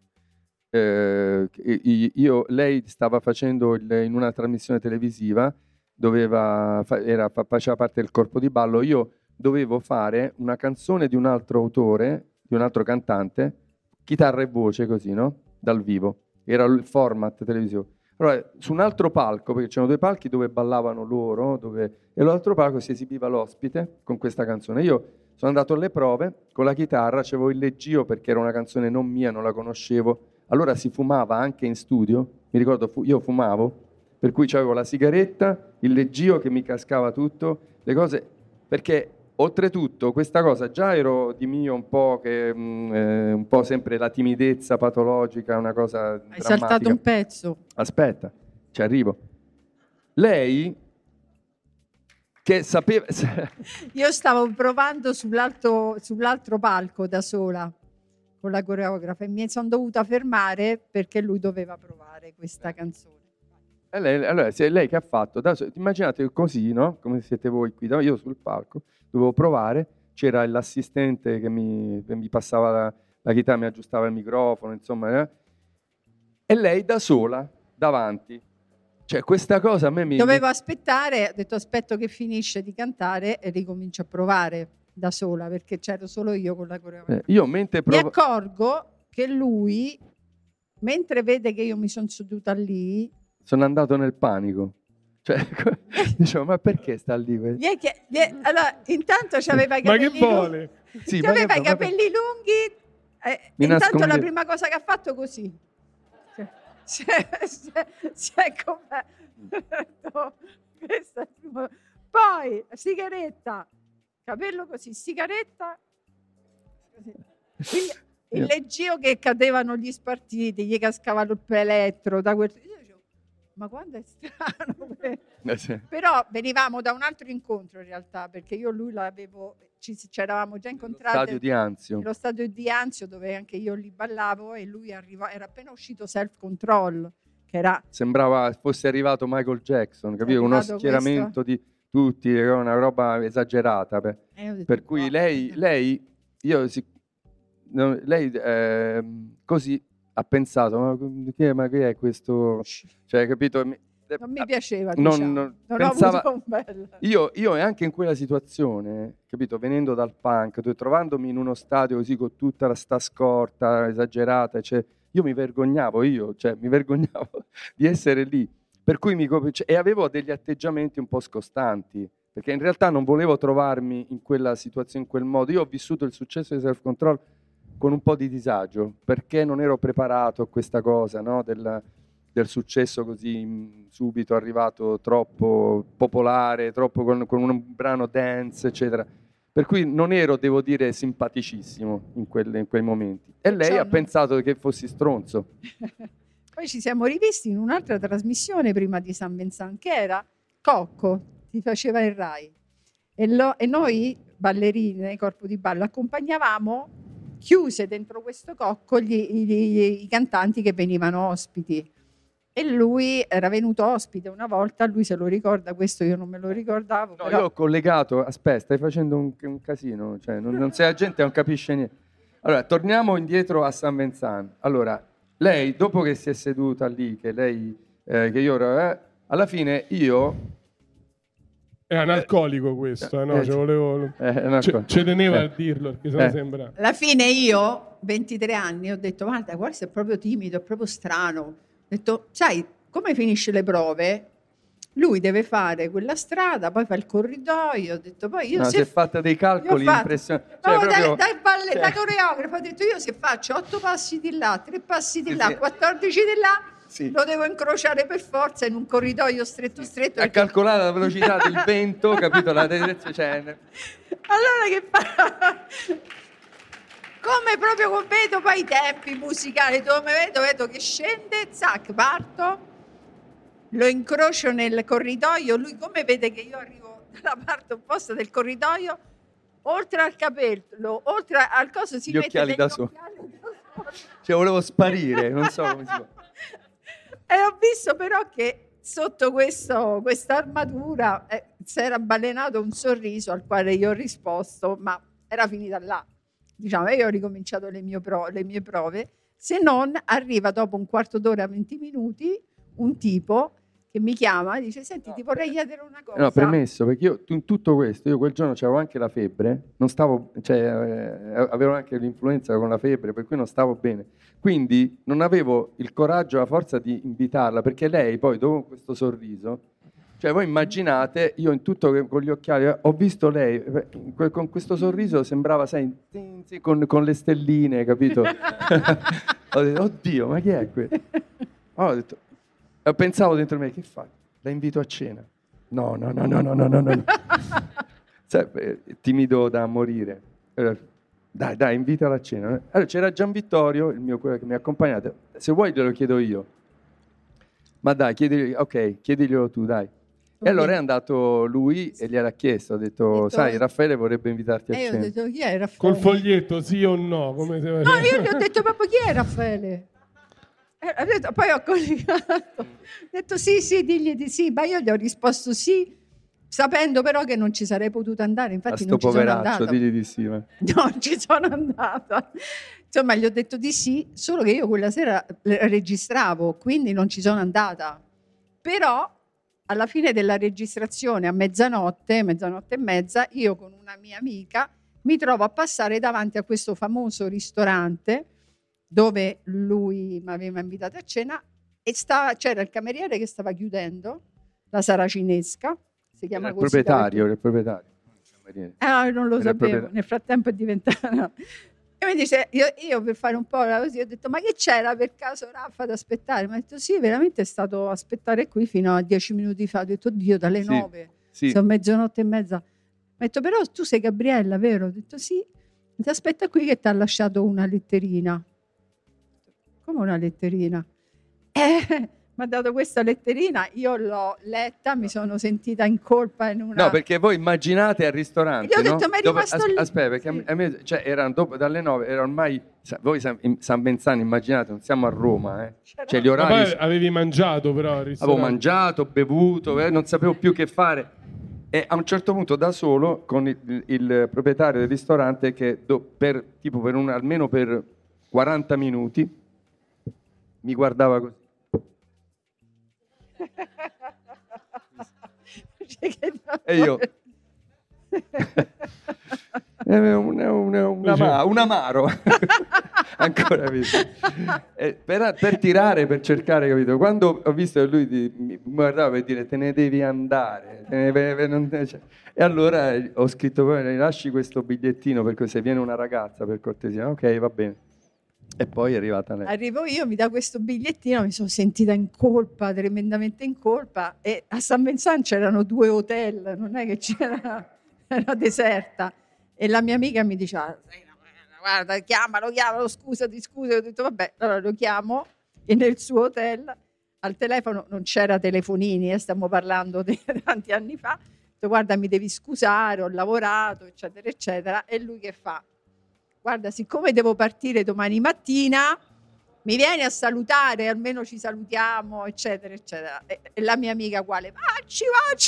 Lei stava facendo in una trasmissione televisiva, faceva parte del corpo di ballo. Io dovevo fare una canzone di un altro autore, di un altro cantante, chitarra e voce, così, no? Dal vivo. Era il format televisivo. Allora, su un altro palco, perché c'erano 2 palchi dove ballavano loro, e l'altro palco si esibiva l'ospite con questa canzone. Io sono andato alle prove con la chitarra, c'avevo il leggio perché era una canzone non mia, non la conoscevo. Allora si fumava anche in studio, mi ricordo io fumavo, per cui avevo la sigaretta, il leggio che mi cascava tutto, le cose, perché oltretutto questa cosa già ero di mio un po' sempre la timidezza patologica, una cosa Hai drammatica. saltato un pezzo. Aspetta, ci arrivo. Lei che sapeva... Io stavo provando sull'altro palco da sola con la coreografa e mi sono dovuta fermare perché lui doveva provare questa canzone. Allora, lei che ha fatto? Immaginate così, no? Come siete voi qui, io sul palco, dovevo provare, c'era l'assistente che mi passava la chitarra, mi aggiustava il microfono, insomma, e lei da sola, davanti. Questa cosa a me Dovevo aspettare, ho detto aspetto che finisce di cantare e ricomincio a provare da sola, perché c'ero solo io con la coreografia. Mi accorgo che lui, mentre vede che io mi sono seduta lì, sono andato nel panico. Dicevo, ma perché sta lì? Allora, intanto c'aveva i capelli ma che vuole? Sì, aveva i capelli lunghi. Intanto la prima cosa che ha fatto così. Si è coperto. Poi sigaretta, capello così, sigaretta. Così. Quindi il leggio che cadevano gli spartiti, gli cascava il pelettro da quel... Ma quando è strano. Sì. Però venivamo da un altro incontro in realtà, perché io e lui ci eravamo già incontrati Nello stadio di Anzio, dove anche io lì ballavo, e lui era appena uscito Self Control, che era... Sembrava fosse arrivato Michael Jackson, capito? Uno schieramento di tutti, una roba esagerata. Per cui lei così ha pensato, ma che è questo? Capito? Non mi piaceva, non pensava... ho avuto un bel... Io anche in quella situazione, capito, venendo dal punk, trovandomi in uno stadio così con tutta sta scorta esagerata, io mi vergognavo di essere lì, per cui e avevo degli atteggiamenti un po' scostanti, perché in realtà non volevo trovarmi in quella situazione, in quel modo. Io ho vissuto il successo di Self Control con un po' di disagio, perché non ero preparato a questa cosa, no? del successo così subito arrivato, troppo popolare, troppo con un brano dance, eccetera. Per cui non ero, devo dire, simpaticissimo in quei momenti. E lei ha pensato che fossi stronzo. Poi ci siamo rivisti in un'altra trasmissione prima di San Vincent, che era Cocco, ti faceva il Rai. E noi, ballerine, corpo di ballo, accompagnavamo chiuse dentro questo cocco i cantanti che venivano ospiti. E lui era venuto ospite una volta, lui se lo ricorda, questo io non me lo ricordavo. No, però... io ho collegato, aspetta, stai facendo un casino, non sei la gente, non capisce niente. Allora, torniamo indietro a San Vincent. Allora, lei, dopo che si è seduta lì, che io alla fine io... È analcolico questo, no? Ci teneva a dirlo, perché sennò sembra... Alla fine io, 23 anni, ho detto, guarda, è proprio timido, è proprio strano. Ho detto, sai, come finisce le prove? lui deve fare quella strada, poi fa il corridoio. Ho detto, poi io No, si è fatta dei calcoli impressionanti. Da coreografo ho detto, io se faccio 8 passi di là, 3 passi di là, 14 di là, lo devo incrociare per forza in un corridoio stretto. Ha calcolato la velocità del vento, capito? La direzione. Allora che fa? Come proprio vedo poi i tempi musicali, dove vedo che scende, zac, parto, lo incrocio nel corridoio, lui come vede che io arrivo dalla parte opposta del corridoio, oltre al capello, oltre al coso si gli mette occhiali da solo. Cioè volevo sparire, non so come si può. E ho visto però che sotto questa armatura si era balenato un sorriso al quale io ho risposto, ma era finita là. Diciamo, io ho ricominciato le mie prove, se non arriva dopo un quarto d'ora, 20 minuti, un tipo che mi chiama e dice, senti, ti vorrei chiedere una cosa. No, premesso, perché io in tutto questo, io quel giorno avevo anche la febbre, non stavo, cioè avevo anche l'influenza con la febbre, per cui non stavo bene. Quindi non avevo il coraggio, la forza di invitarla, perché lei poi, dopo questo sorriso, cioè voi immaginate, io in tutto con gli occhiali, ho visto lei, con questo sorriso sembrava, sai, con le stelline, capito? Ho detto, oddio, ma chi è questo? Allora ho detto, pensavo dentro me, che fai? La invito a cena? No. Sai, timido da morire. Dai, invitala a cena. Allora c'era Gian Vittorio, quello che mi ha accompagnato. Se vuoi glielo chiedo io. Ma dai, chiediglielo tu, dai. E allora è andato lui e gliel'ha chiesto, ha detto, sai, Raffaele vorrebbe invitarti a cena. Io ho detto, chi è Raffaele? Col foglietto, sì o no? Come se... No, io gli ho detto proprio, chi è Raffaele? Poi ho collegato, ho detto sì, digli di sì, ma io gli ho risposto sì, sapendo però che non ci sarei potuta andare, infatti non ci sono andata. Digli di sì, ma... Non ci sono andata. Insomma, gli ho detto di sì, solo che io quella sera registravo, quindi non ci sono andata. Però alla fine della registrazione, a mezzanotte e mezza, io con una mia amica mi trovo a passare davanti a questo famoso ristorante dove lui mi aveva invitato a cena e c'era il cameriere che stava chiudendo, la Saracinesca, si chiama così. Il proprietario. Non lo sapevo, nel frattempo è diventata... E mi dice, io per fare un po' così, ho detto, ma che c'era per caso Raffa ad aspettare? Mi ha detto, sì, veramente è stato aspettare qui fino a 10 minuti fa. Ho detto, oddio, dalle 9, sono mezzanotte e mezza. Mi ha detto, però tu sei Gabriella, vero? Ho detto, sì. Ti aspetta qui che ti ha lasciato una letterina. Come una letterina? Mi ha dato questa letterina, io l'ho letta, mi sono sentita in colpa in una... No, perché voi immaginate al ristorante, io ho detto, ma è rimasto lì. Aspetta, perché a me, cioè, erano dopo, dalle 9, era ormai... Voi San Benzano, immaginate, non siamo a Roma, Cioè gli orari... Ma poi avevi mangiato però al ristorante. Avevo mangiato, bevuto, non sapevo più che fare. E a un certo punto da solo, con il proprietario del ristorante, che almeno per 40 minuti mi guardava così. E io un amaro ancora per tirare, per cercare, capito? Quando ho visto che lui mi guardava per dire te ne devi andare, e allora ho scritto, poi lasci questo bigliettino perché se viene una ragazza, per cortesia. Ok, va bene. E poi è arrivata lei. Arrivo io, mi dà questo bigliettino, mi sono sentita in colpa, tremendamente in colpa, e a San Benzano c'erano 2 hotel, non è che c'era, era deserta, e la mia amica mi diceva, guarda, chiamalo, scusati, ho detto vabbè, allora lo chiamo, e nel suo hotel, al telefono non c'era telefonini, stiamo parlando di tanti anni fa, ho detto guarda, mi devi scusare, ho lavorato, eccetera, eccetera, e lui che fa? Guarda, siccome devo partire domani mattina, mi vieni a salutare, almeno ci salutiamo, eccetera, eccetera. E la mia amica quale? Vacci.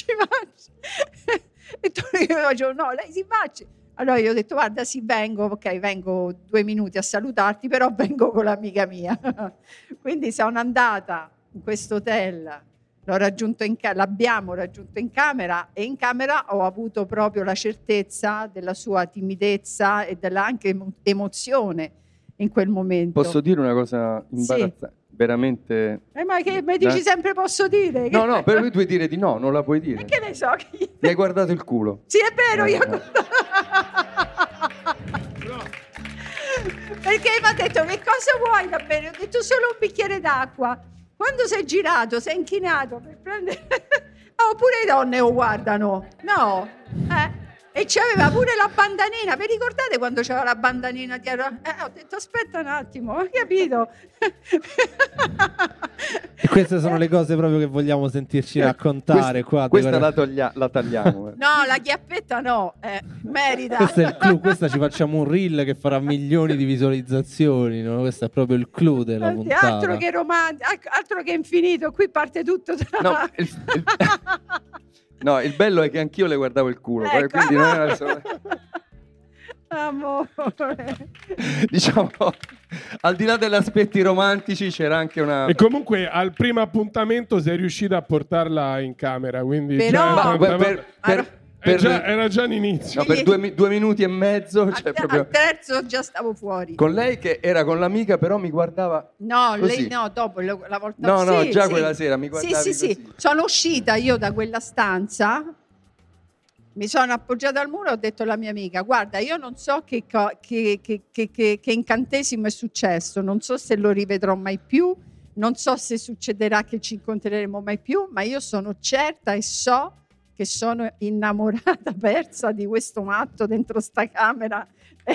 E tu io facevo, no, lei si vacci. Allora io ho detto, guarda, sì, vengo 2 minuti a salutarti, però vengo con l'amica mia. Quindi sono andata in questo hotel, l'abbiamo raggiunto in camera, e in camera ho avuto proprio la certezza della sua timidezza e della anche emozione in quel momento. Posso dire una cosa imbarazzante? Sì. veramente... Ma che mi dici sempre posso dire? No, per lui devi dire di no, non la puoi dire. E che ne so? Mi hai guardato il culo. Sì, è vero, io... Perché mi ha detto, che cosa vuoi da bere? Ho detto, solo un bicchiere d'acqua. Quando sei girato, sei inchinato per prendere... Oppure le donne lo guardano. No, E c'aveva pure la bandanina. Vi ricordate quando c'era la bandanina dietro? Ho detto aspetta un attimo, ho capito. E queste sono le cose proprio che vogliamo sentirci raccontare qua. Questa la tagliamo. No, la chiappetta no, merita. Questo è il clou, questa ci facciamo un reel che farà milioni di visualizzazioni, no? Questo è proprio il clou della puntata. Altro che altro che infinito, qui parte tutto. No, il bello è che anch'io le guardavo il culo, ecco. Quindi non era solo... Amore. Diciamo, al di là degli aspetti romantici c'era anche una... E comunque al primo appuntamento sei riuscita a portarla in camera, quindi però... era già un inizio. No, per 2 minuti e mezzo. Al terzo già stavo fuori. Con lei che era con l'amica, però mi guardava. No, così. lei no, dopo la volta. No, sì, già sì. quella sera mi guardavi Sì. Sono uscita io da quella stanza, mi sono appoggiata al muro e ho detto alla mia amica: guarda, io non so che incantesimo è successo, non so se lo rivedrò mai più, non so se succederà che ci incontreremo mai più, ma io sono certa e so che sono innamorata, persa di questo matto dentro sta camera. E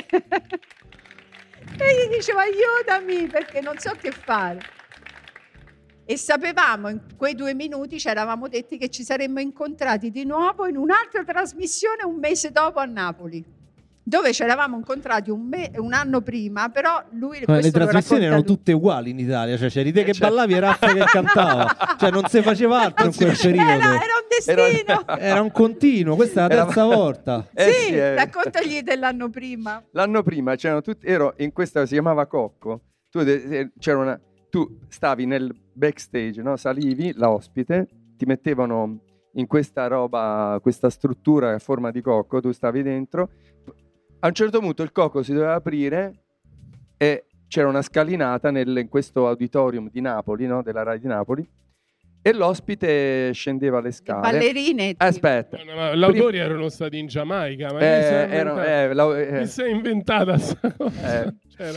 gli dicevo aiutami perché non so che fare. E sapevamo, in quei 2 minuti ci eravamo detti che ci saremmo incontrati di nuovo in un'altra trasmissione un mese dopo a Napoli, dove ci eravamo incontrati un anno prima, però lui le trasmissioni erano tutte uguali in Italia, cioè c'eri te che ballavi e Raffa che cantava, cioè non si faceva altro in quel periodo. Era un destino. Era un continuo, questa è la terza volta. Sì, raccontagli dell'anno prima. L'anno prima c'erano tutti, ero in questa, si chiamava Cocco, tu stavi nel backstage, no? Salivi, l'ospite, ti mettevano in questa roba, questa struttura a forma di cocco, tu stavi dentro. A un certo punto il cocco si doveva aprire e c'era una scalinata in questo auditorium di Napoli, no? Della Rai di Napoli, e l'ospite scendeva le scale. Ballerine. Aspetta. Gli autori erano stati in Giamaica, ma chi si è inventata sta cosa?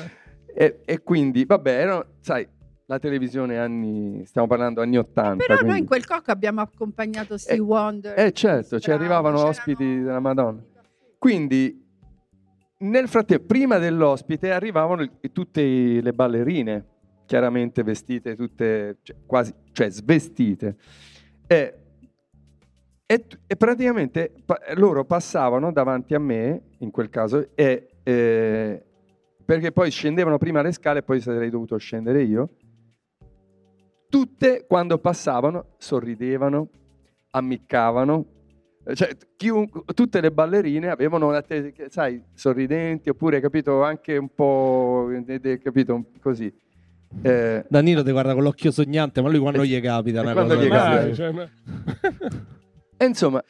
E quindi, vabbè, sai, la televisione stiamo parlando anni 80. Però quindi... noi in quel cocco abbiamo accompagnato Stevie Wonder. Certo, ci arrivavano ospiti della Madonna. Quindi... Nel frattempo, prima dell'ospite arrivavano tutte le ballerine, chiaramente vestite tutte, cioè svestite, e praticamente loro passavano davanti a me, in quel caso, perché poi scendevano prima le scale e poi sarei dovuto scendere io. Tutte, quando passavano, sorridevano, ammiccavano. Cioè, tutte le ballerine avevano sai, sorridenti, oppure, capito, anche un po', capito, così. Danilo ti guarda con l'occhio sognante, ma lui quando gli capita una cosa gli capita. E insomma,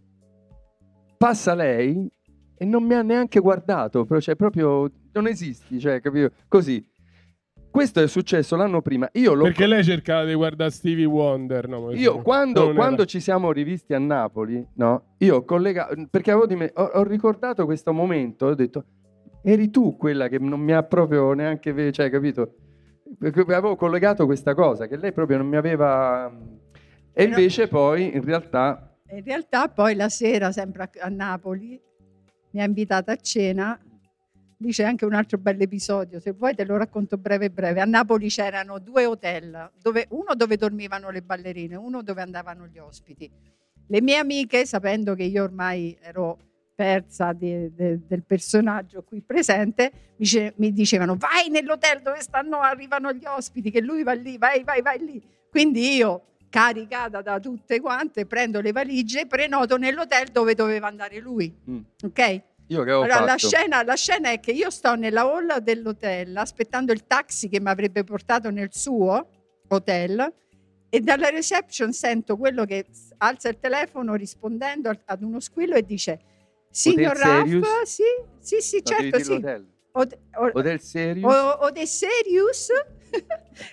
passa lei e non mi ha neanche guardato, cioè proprio non esisti, cioè, capito? Così. Questo è successo l'anno prima. Perché lei cercava di guardare Stevie Wonder, no? Io quando ci siamo rivisti a Napoli, no? Io ho collegato, perché ho ricordato questo momento, ho detto, eri tu quella che non mi ha proprio neanche, cioè, capito? Perché avevo collegato questa cosa, che lei proprio non mi aveva... E invece poi, in realtà poi la sera, sempre a Napoli, mi ha invitata a cena. Lì c'è anche un altro bell'episodio, se vuoi te lo racconto breve. A Napoli c'erano 2 hotel, uno dove dormivano le ballerine, uno dove andavano gli ospiti. Le mie amiche, sapendo che io ormai ero persa del personaggio qui presente, mi dicevano vai nell'hotel dove arrivano gli ospiti, che lui va lì, vai lì. Quindi io, caricata da tutte quante, prendo le valigie, prenoto nell'hotel dove doveva andare lui, ok? Io che ho allora, fatto? la scena è che io sto nella hall dell'hotel aspettando il taxi che mi avrebbe portato nel suo hotel, e dalla reception sento quello che alza il telefono rispondendo ad uno squillo e dice signor Raff, sì, certo, sì. Hotel Serious? Hotel Serious?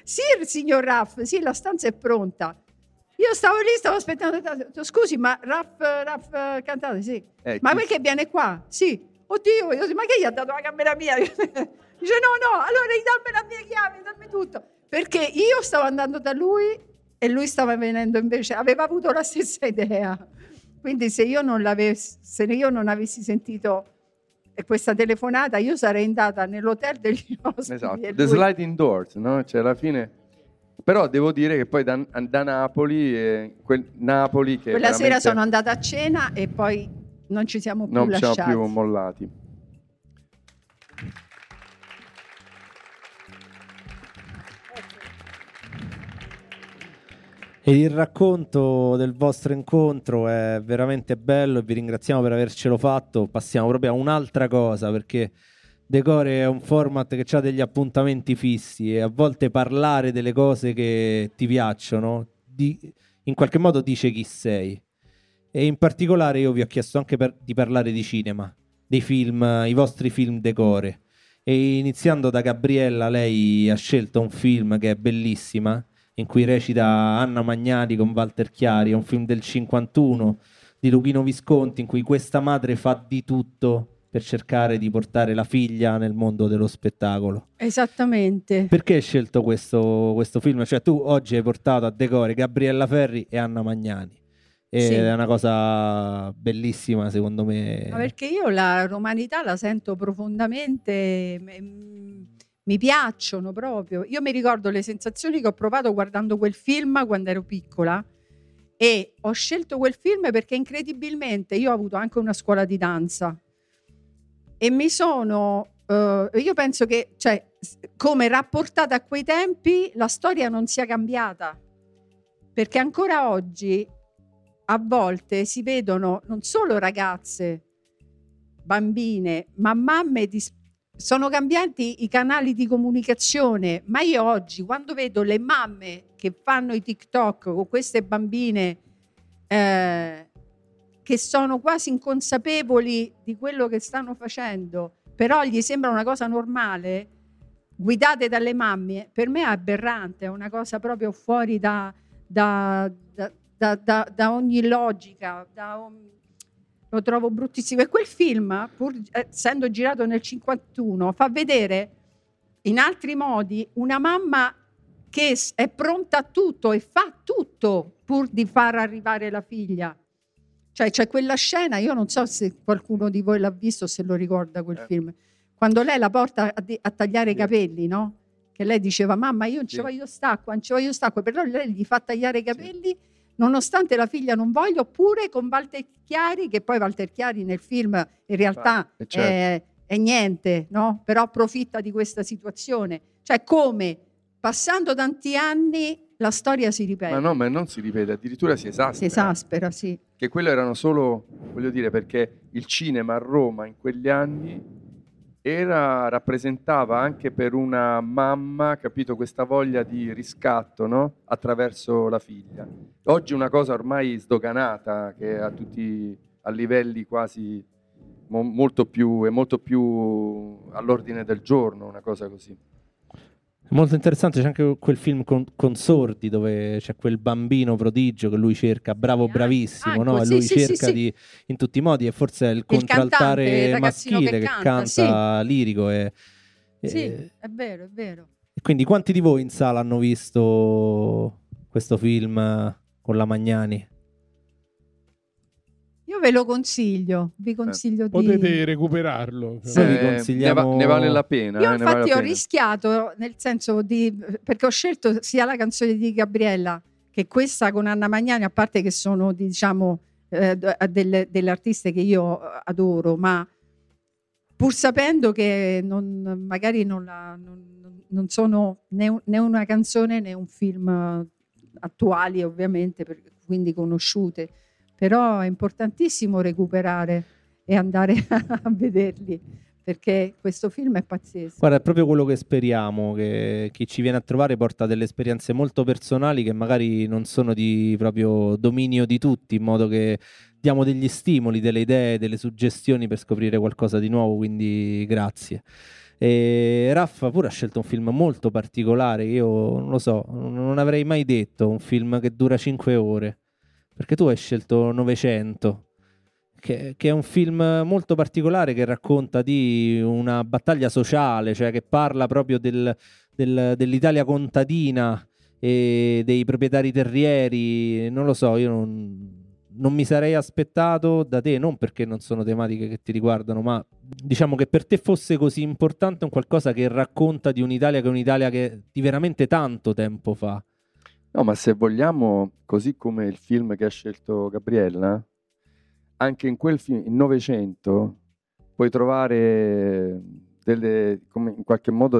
Sì, signor Raff, sì, la stanza è pronta. Io stavo lì, stavo aspettando. Scusi, ma Raff cantate, sì. Ma perché viene qua? Sì. Oddio, io, ma che gli ha dato la camera mia? Dice no, allora dammi la mia chiave, dammi tutto. Perché io stavo andando da lui e lui stava venendo invece, aveva avuto la stessa idea. Quindi se io non avessi sentito questa telefonata, io sarei andata nell'hotel degli ospiti. Esatto, the sliding doors, no? Cioè alla fine... Però devo dire che poi da Napoli, Napoli che quella sera sono andata a cena e poi non ci siamo più lasciati. Non ci siamo più mollati. E il racconto del vostro incontro è veramente bello e vi ringraziamo per avercelo fatto. Passiamo proprio a un'altra cosa, perché Decore è un format che ha degli appuntamenti fissi e a volte parlare delle cose che ti piacciono in qualche modo dice chi sei. E in particolare io vi ho chiesto anche di parlare di cinema, dei film, i vostri film Decore. E iniziando da Gabriella, lei ha scelto un film che è bellissima, in cui recita Anna Magnani con Walter Chiari, è un film del 51 di Luchino Visconti, in cui questa madre fa di tutto per cercare di portare la figlia nel mondo dello spettacolo. Esattamente. Perché hai scelto questo film? Cioè tu oggi hai portato a Decore Gabriella Ferri e Anna Magnani. Sì. È una cosa bellissima secondo me. Ma perché io la romanità la sento profondamente, mi piacciono proprio. Io mi ricordo le sensazioni che ho provato guardando quel film quando ero piccola e ho scelto quel film perché incredibilmente io ho avuto anche una scuola di danza e io penso che, cioè, come rapportata a quei tempi la storia non sia cambiata, perché ancora oggi a volte si vedono non solo ragazze, bambine, ma mamme sono cambiati i canali di comunicazione, ma io oggi quando vedo le mamme che fanno i TikTok con queste bambine che sono quasi inconsapevoli di quello che stanno facendo, però gli sembra una cosa normale, guidate dalle mamme, per me è aberrante, è una cosa proprio fuori da ogni logica, lo trovo bruttissimo. E quel film, pur essendo girato nel 51, fa vedere in altri modi una mamma che è pronta a tutto e fa tutto pur di far arrivare la figlia. Cioè c'è quella scena, io non so se qualcuno di voi l'ha visto, se lo ricorda quel film, quando lei la porta a tagliare i capelli, no? Che lei diceva, mamma, io non ci voglio stacco, però lei gli fa tagliare i capelli, nonostante la figlia non voglia, oppure con Walter Chiari, che poi Walter Chiari nel film in realtà è niente, no? Però approfitta di questa situazione. Cioè come, passando tanti anni, la storia si ripete. Ma no, ma non si ripete, addirittura si esaspera. Si esaspera, sì. Che quello erano solo, voglio dire, perché il cinema a Roma in quegli anni rappresentava anche per una mamma, capito, questa voglia di riscatto, no? Attraverso la figlia. Oggi una cosa ormai sdoganata, che a tutti a livelli quasi molto più all'ordine del giorno, una cosa così. Molto interessante, c'è anche quel film con Sordi dove c'è quel bambino prodigio che lui cerca, bravissimo, no? E lui cerca in tutti i modi, e forse è il contraltare maschile che canta lirico. Sì, è vero, è vero. E quindi quanti di voi in sala hanno visto questo film con la Magnani? Io ve lo consiglio, vi consiglio potete recuperarlo. Sì, vi consigliamo... ne vale la pena. Io infatti ho rischiato, nel senso perché ho scelto sia la canzone di Gabriella che questa con Anna Magnani, a parte che sono diciamo delle artiste che io adoro, ma pur sapendo che magari non sono né una canzone né un film attuali ovviamente, quindi conosciute. Però è importantissimo recuperare e andare a vederli, perché questo film è pazzesco. Guarda, è proprio quello che speriamo, che chi ci viene a trovare porta delle esperienze molto personali che magari non sono di proprio dominio di tutti, in modo che diamo degli stimoli, delle idee, delle suggestioni per scoprire qualcosa di nuovo, quindi grazie. E Raffa pure ha scelto un film molto particolare, io non lo so, non avrei mai detto un film che dura 5 ore, perché tu hai scelto 900, che è un film molto particolare che racconta di una battaglia sociale, cioè che parla proprio dell'Italia contadina e dei proprietari terrieri. Non lo so, io non mi sarei aspettato da te, non perché non sono tematiche che ti riguardano, ma diciamo che per te fosse così importante un qualcosa che racconta di un'Italia che è un'Italia che di veramente tanto tempo fa. No, ma se vogliamo, così come il film che ha scelto Gabriella, anche in quel film, in Novecento, puoi trovare come in qualche modo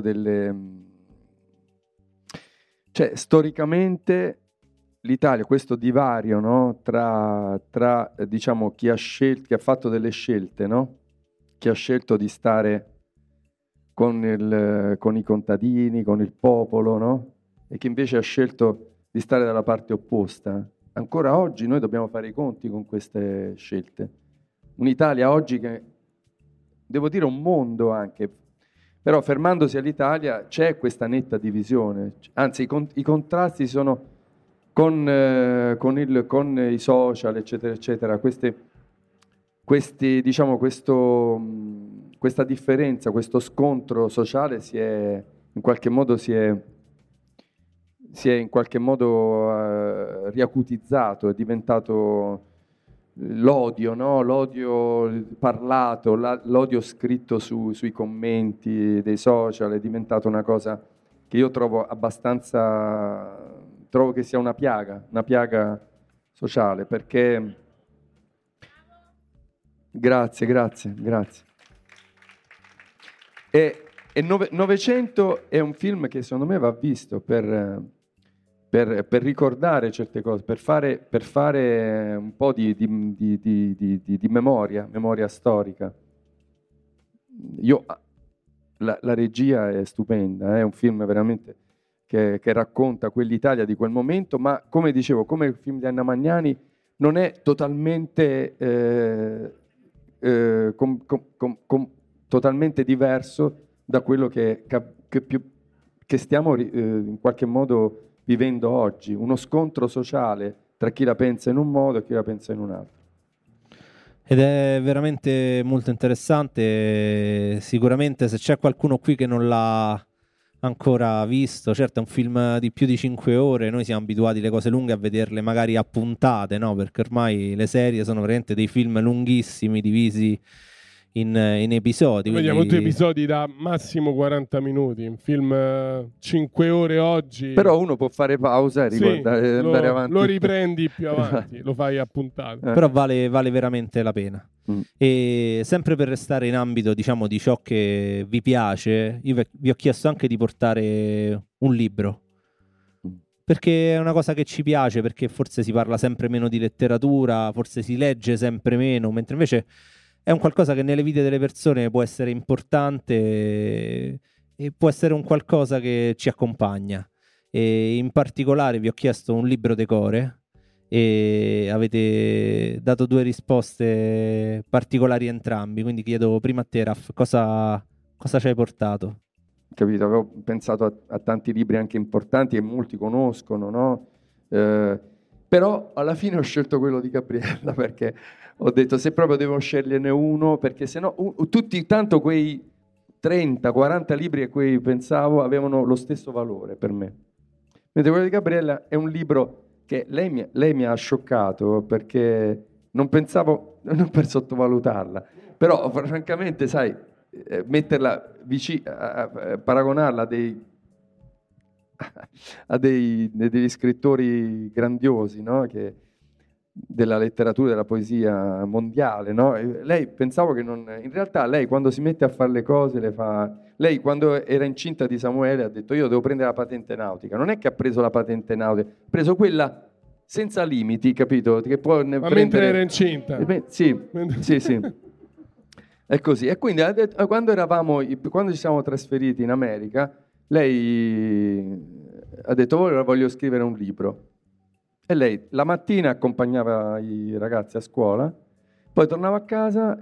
cioè storicamente l'Italia, questo divario, no? tra diciamo chi ha fatto delle scelte, no? Chi ha scelto di stare con i contadini, con il popolo, no? E chi invece ha scelto di stare dalla parte opposta. Ancora oggi noi dobbiamo fare i conti con queste scelte. Un'Italia oggi che, devo dire un mondo anche, però fermandosi all'Italia c'è questa netta divisione, anzi i contrasti sono con i social, eccetera, eccetera, diciamo, questa differenza, questo scontro sociale si è in qualche modo riacutizzato, è diventato l'odio, no? L'odio parlato, l'odio scritto sui commenti dei social, è diventata una cosa che io trovo che sia una piaga sociale, perché grazie. E 900 è un film che secondo me va visto per ricordare certe cose, per fare un po' di memoria storica. La regia è stupenda, è un film veramente che racconta quell'Italia di quel momento, ma come dicevo, come il film di Anna Magnani, non è totalmente, totalmente diverso da quello che stiamo in qualche modo vivendo oggi, uno scontro sociale tra chi la pensa in un modo e chi la pensa in un altro. Ed è veramente molto interessante. Sicuramente se c'è qualcuno qui che non l'ha ancora visto, certo è un film di più di 5 ore, noi siamo abituati le cose lunghe a vederle magari a puntate, no? Perché ormai le serie sono veramente dei film lunghissimi, divisi in episodi. Vediamo 2 episodi da massimo 40 minuti, un film 5 ore oggi. Però uno può fare pausa e riguardare, andare avanti. Lo riprendi più avanti, lo fai a puntate. Però vale veramente la pena. E sempre per restare in ambito, diciamo, di ciò che vi piace, io vi ho chiesto anche di portare un libro. Perché è una cosa che ci piace, perché forse si parla sempre meno di letteratura, forse si legge sempre meno, mentre invece è un qualcosa che nelle vite delle persone può essere importante e può essere un qualcosa che ci accompagna. E in particolare vi ho chiesto un libro decore e avete dato 2 risposte particolari entrambi, quindi chiedo prima a te, Raff, cosa ci hai portato? Capito, avevo pensato a tanti libri anche importanti che molti conoscono, no? Però alla fine ho scelto quello di Gabriella perché ho detto se proprio devo sceglierne uno, perché sennò tutti tanto quei 30-40 libri a cui pensavo avevano lo stesso valore per me. Mentre quello di Gabriella è un libro che lei mi ha scioccato perché non pensavo, non per sottovalutarla, però francamente sai, metterla vicino, paragonarla a degli scrittori grandiosi, no? Della letteratura, della poesia mondiale, no? Lei pensavo che in realtà lei quando si mette a fare le cose le fa. Lei quando era incinta di Samuele ha detto io devo prendere la patente nautica. Non è che ha preso la patente nautica, ha preso quella senza limiti, capito? Che può ma mentre era incinta. Sì. È così. E quindi quando ci siamo trasferiti in America, lei ha detto ora voglio scrivere un libro. E lei la mattina accompagnava i ragazzi a scuola, Poi tornavo a casa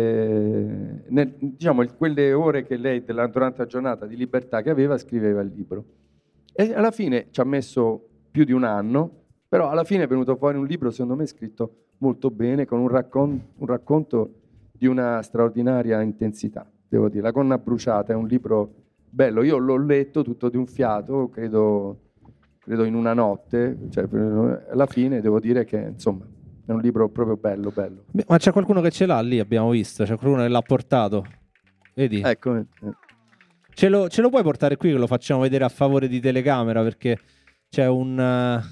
e diciamo quelle ore che lei durante la giornata di libertà che aveva scriveva il libro. E alla fine ci ha messo più di un anno, però alla fine è venuto fuori un libro secondo me scritto molto bene, con un racconto di una straordinaria intensità, devo dire. La Gonna Bruciata è un libro bello, io l'ho letto tutto di un fiato, credo in una notte, cioè, alla fine devo dire che insomma è un libro proprio bello. Beh, ma c'è qualcuno che ce l'ha lì, abbiamo visto, c'è qualcuno che l'ha portato, vedi? Ecco. Ce lo puoi portare qui che lo facciamo vedere a favore di telecamera, perché c'è una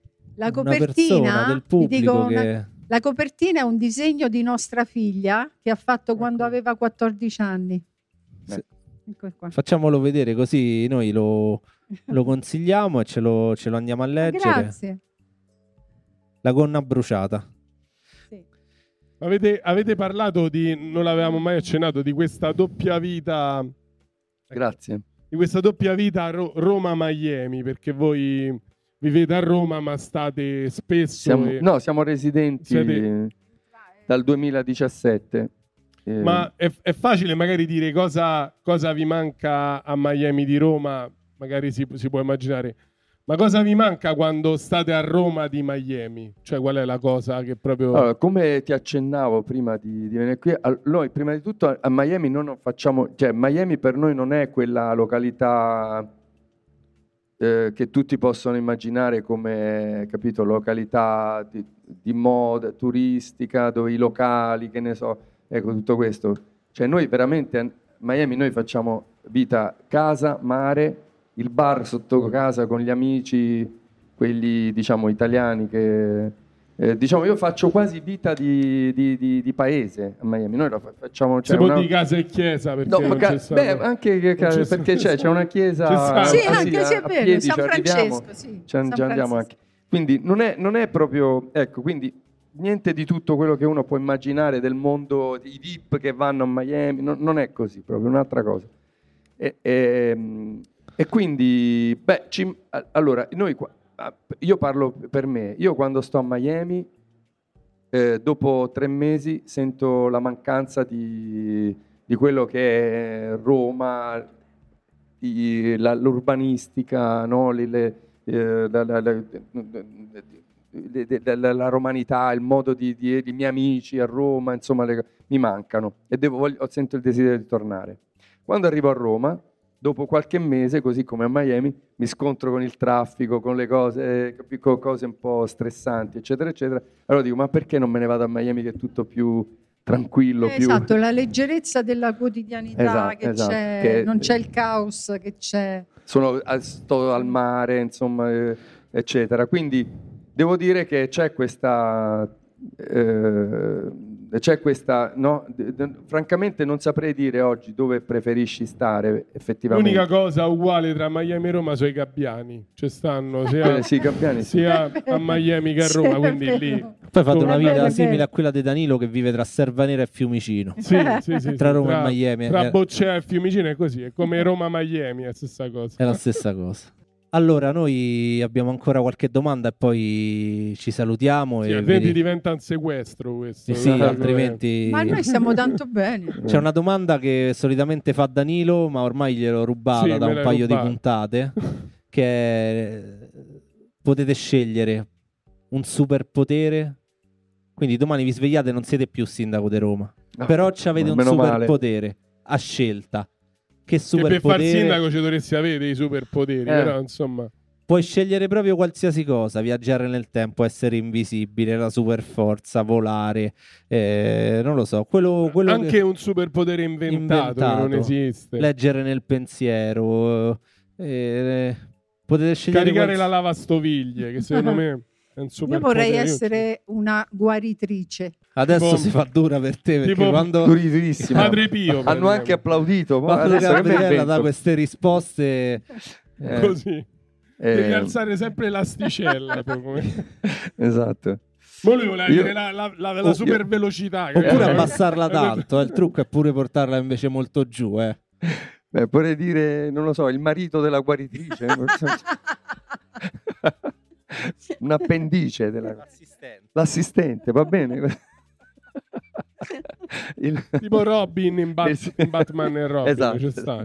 persona del pubblico che... La copertina è un disegno di nostra figlia che ha fatto quando aveva 14 anni. Ecco qua. Facciamolo vedere così noi lo consigliamo e ce lo andiamo a leggere. Grazie. La Gonna Bruciata. Sì. Avete parlato non l'avevamo mai accennato, di questa doppia vita. Grazie. Di questa doppia vita Roma-Miami, perché voi vivete a Roma ma state spesso... Siamo residenti dal 2017. Ma è facile magari dire cosa vi manca a Miami di Roma, magari si può immaginare, ma cosa vi manca quando state a Roma di Miami? Cioè qual è la cosa che proprio... Allora, come ti accennavo prima di venire qui, noi prima di tutto a Miami non facciamo... Cioè Miami per noi non è quella località... che tutti possono immaginare come, capito, località di moda turistica, dove i locali, che ne so, ecco tutto questo. Cioè noi veramente a Miami noi facciamo vita casa, mare, il bar sotto casa con gli amici, quelli diciamo italiani che... diciamo io faccio quasi vita di paese a Miami. Noi lo facciamo, si può dire casa e chiesa perché no, anche perché c'è una chiesa sì, anche se è vero, San Francesco, sì. Andiamo anche. Quindi non è proprio, ecco, quindi niente di tutto quello che uno può immaginare del mondo, i VIP che vanno a Miami, non è così, proprio un'altra cosa. E quindi allora noi io parlo per me, io quando sto a Miami dopo 3 mesi sento la mancanza di quello che è Roma, l'urbanistica, no? La romanità, il modo di i miei amici a Roma, insomma mi mancano e sento il desiderio di tornare. Quando arrivo a Roma, dopo qualche mese, così come a Miami, mi scontro con il traffico, con le cose un po' stressanti, eccetera, eccetera. Allora dico, ma perché non me ne vado a Miami che è tutto più tranquillo? Esatto, la leggerezza della quotidianità, c'è, non c'è il caos che c'è. Sto al mare, insomma, eccetera. Quindi devo dire che c'è questa... no? Francamente non saprei dire oggi dove preferisci stare effettivamente. L'unica cosa uguale tra Miami e Roma sono i gabbiani, ci stanno sia, sì, gabbiani, sia a Miami che a Roma, quindi lì poi fate una vita simile a quella di Danilo che vive tra Servanera e Fiumicino. sì, tra Roma e Miami tra Boccea e Fiumicino è così, è come Roma-Miami, è la stessa cosa. È la stessa cosa. Allora, noi abbiamo ancora qualche domanda e poi ci salutiamo. Sì, altrimenti diventa un sequestro questo. Sì, altrimenti... Ma noi stiamo tanto bene. C'è una domanda che solitamente fa Danilo, ma ormai gliel'ho rubata da un paio di puntate, che è... potete scegliere un superpotere, quindi domani vi svegliate e non siete più sindaco di Roma, però avete un superpotere a scelta. Che per far sindaco ci dovresti avere i superpoteri, però insomma puoi scegliere proprio qualsiasi cosa: viaggiare nel tempo, essere invisibile, la super forza, volare, non lo so, quello anche un superpotere inventato che non esiste, leggere nel pensiero, potete scegliere caricare la lavastoviglie, che secondo me è un superpotere. Io vorrei essere una guaritrice. Adesso si fa dura per te, perché quando Padre Pio hanno anche applaudito, quando Gabriella dà queste risposte così devi alzare sempre l'asticella. Esatto. Volevo la super velocità, oppure abbassarla tanto, il trucco è pure portarla invece molto giù, Beh, vorrei dire, non lo so, il marito della guaritrice. Un appendice l'assistente, va bene. Tipo Robin in Batman e Robin. Esatto. Ci sta.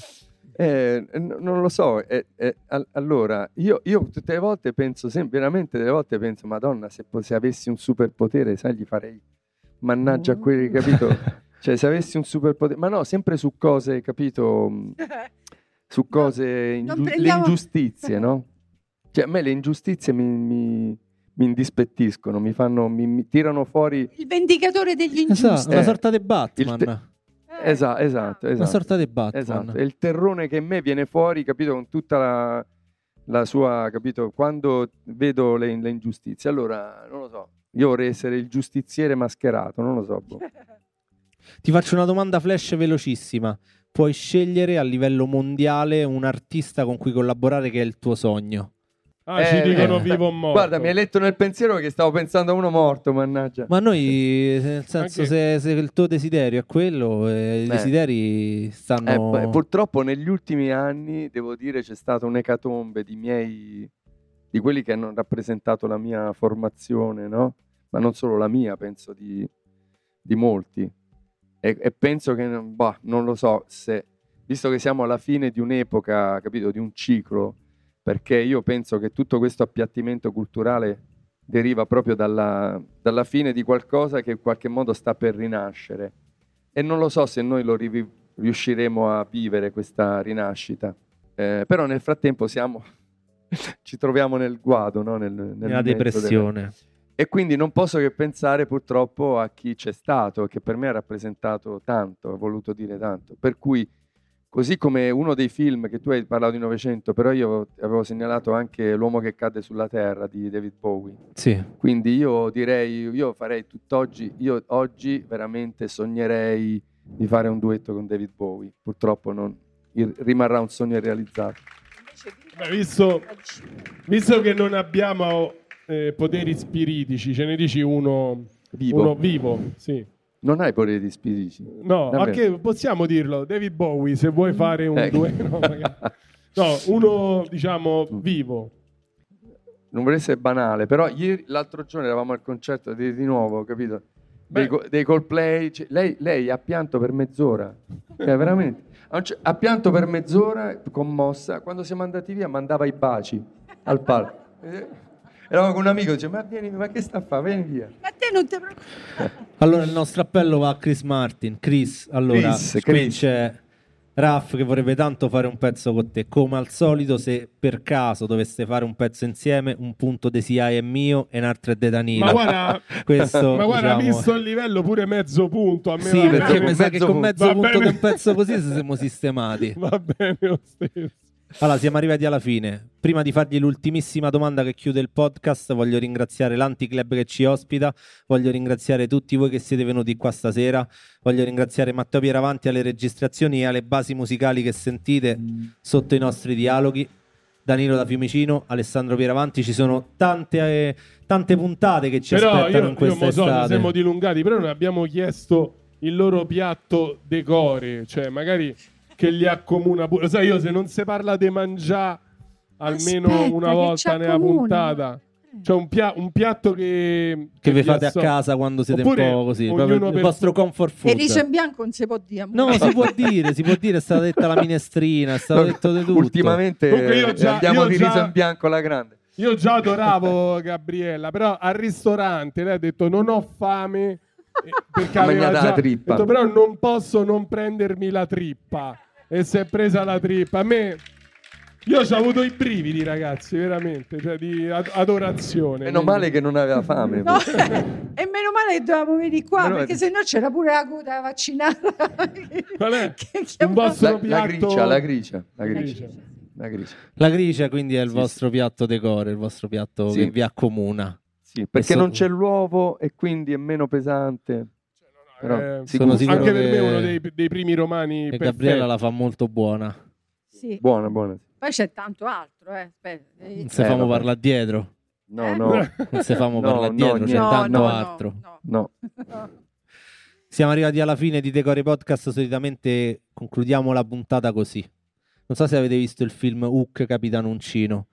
Non lo so, allora io tutte le volte penso, veramente delle volte penso, Madonna, se avessi un superpotere, sai, gli farei, mannaggia quelli, capito? Cioè, se avessi un superpotere, ma no, sempre su cose, capito? Su cose, le ingiustizie, no? Cioè, a me le ingiustizie mi indispettiscono, mi tirano fuori. Il vendicatore degli ingiusti. Esatto, una sorta di Batman. Esatto. Una sorta di Batman. Esatto. E il terrone che in me viene fuori, capito, con tutta la sua, capito, quando vedo le ingiustizie. Allora, non lo so, io vorrei essere il giustiziere mascherato, non lo so. Boh. Ti faccio una domanda flash velocissima. Puoi scegliere a livello mondiale un artista con cui collaborare che è il tuo sogno. Ci dicono vivo o morto. Guarda, mi hai letto nel pensiero che stavo pensando a uno morto, mannaggia. Ma noi, nel senso, se il tuo desiderio è quello, i desideri stanno... Purtroppo negli ultimi anni, devo dire, c'è stata un'ecatombe di quelli che hanno rappresentato la mia formazione, no? Ma non solo la mia, penso di molti. E penso che, non lo so, visto che siamo alla fine di un'epoca, capito, di un ciclo, perché io penso che tutto questo appiattimento culturale deriva proprio dalla fine di qualcosa che in qualche modo sta per rinascere. E non lo so se noi riusciremo a vivere questa rinascita. Però nel frattempo ci troviamo nel guado, no? Nella depressione. E quindi non posso che pensare purtroppo a chi c'è stato, che per me ha rappresentato tanto, ha voluto dire tanto. Per cui, così come uno dei film che tu hai parlato di Novecento, però io avevo segnalato anche L'uomo che cade sulla terra di David Bowie. Sì. Quindi io farei tutt'oggi, io oggi veramente sognerei di fare un duetto con David Bowie. Purtroppo rimarrà un sogno irrealizzato. Visto che non abbiamo poteri spiritici, ce ne dici uno vivo, sì. Non hai poteri spiritici? No, anche possiamo dirlo. David Bowie, se vuoi fare un duetto, no, uno diciamo vivo. Non vorrei essere banale, però l'altro giorno eravamo al concerto di nuovo, capito? Dei Coldplay. Lei ha pianto per mezz'ora, veramente. Ha pianto per mezz'ora, commossa. Quando siamo andati via mandava i baci al palco. Eravamo con un amico, dice, ma che sta a fare? Vieni via. Ma te non ti preoccupare. Allora il nostro appello va a Chris Martin. Chris, qui c'è Raff che vorrebbe tanto fare un pezzo con te. Come al solito, se per caso doveste fare un pezzo insieme, un punto de SIAE è mio e un altro è de Danilo. Ma guarda, diciamo... visto il livello pure mezzo punto. A me sì, perché mi sa che con mezzo punto di un pezzo così siamo sistemati. Va bene lo stesso. Allora, siamo arrivati alla fine. Prima di fargli l'ultimissima domanda che chiude il podcast, voglio ringraziare l'Anticlub che ci ospita, voglio ringraziare tutti voi che siete venuti qua stasera, voglio ringraziare Matteo Pieravanti alle registrazioni e alle basi musicali che sentite sotto i nostri dialoghi, Danilo da Fiumicino, Alessandro Pieravanti. Ci sono tante puntate che ci aspettano in questa estate. Siamo dilungati, però non abbiamo chiesto il loro piatto decore, cioè magari... che li accomuna pure. Sai, io se non si parla di mangiare almeno una volta nella puntata, cioè un piatto che vi fate a casa quando siete un po' così, il vostro comfort food. E riso in bianco non si può dire. No, si può dire, è stata detta la minestrina, è stato detto di tutto. Ultimamente andiamo di riso in bianco alla grande. Io già adoravo Gabriella, però al ristorante lei ha detto non ho fame perché aveva già trippa. Detto, però non posso non prendermi la trippa. E si è presa la trippa. Io ho avuto i brividi, ragazzi, veramente, cioè di adorazione. Meno male che non aveva fame. No, e meno male che dovevamo venire qua, perché sennò c'era pure la coda vaccinata. Qual è? Un vostro piatto? La gricia. La gricia quindi è il vostro piatto decore, il vostro piatto che vi accomuna. Sì, perché non c'è l'uovo e quindi è meno pesante. Però, sono sicuro anche per me è uno dei primi romani e Gabriella la fa molto buona. Sì. Buona. Poi c'è tanto altro, Aspetta. Non se famo parlare dietro. No. Non se famo parlare dietro, c'è tanto altro. No. Siamo arrivati alla fine di Decore Podcast, solitamente concludiamo la puntata così. Non so se avete visto il film Hook, Capitano Uncino.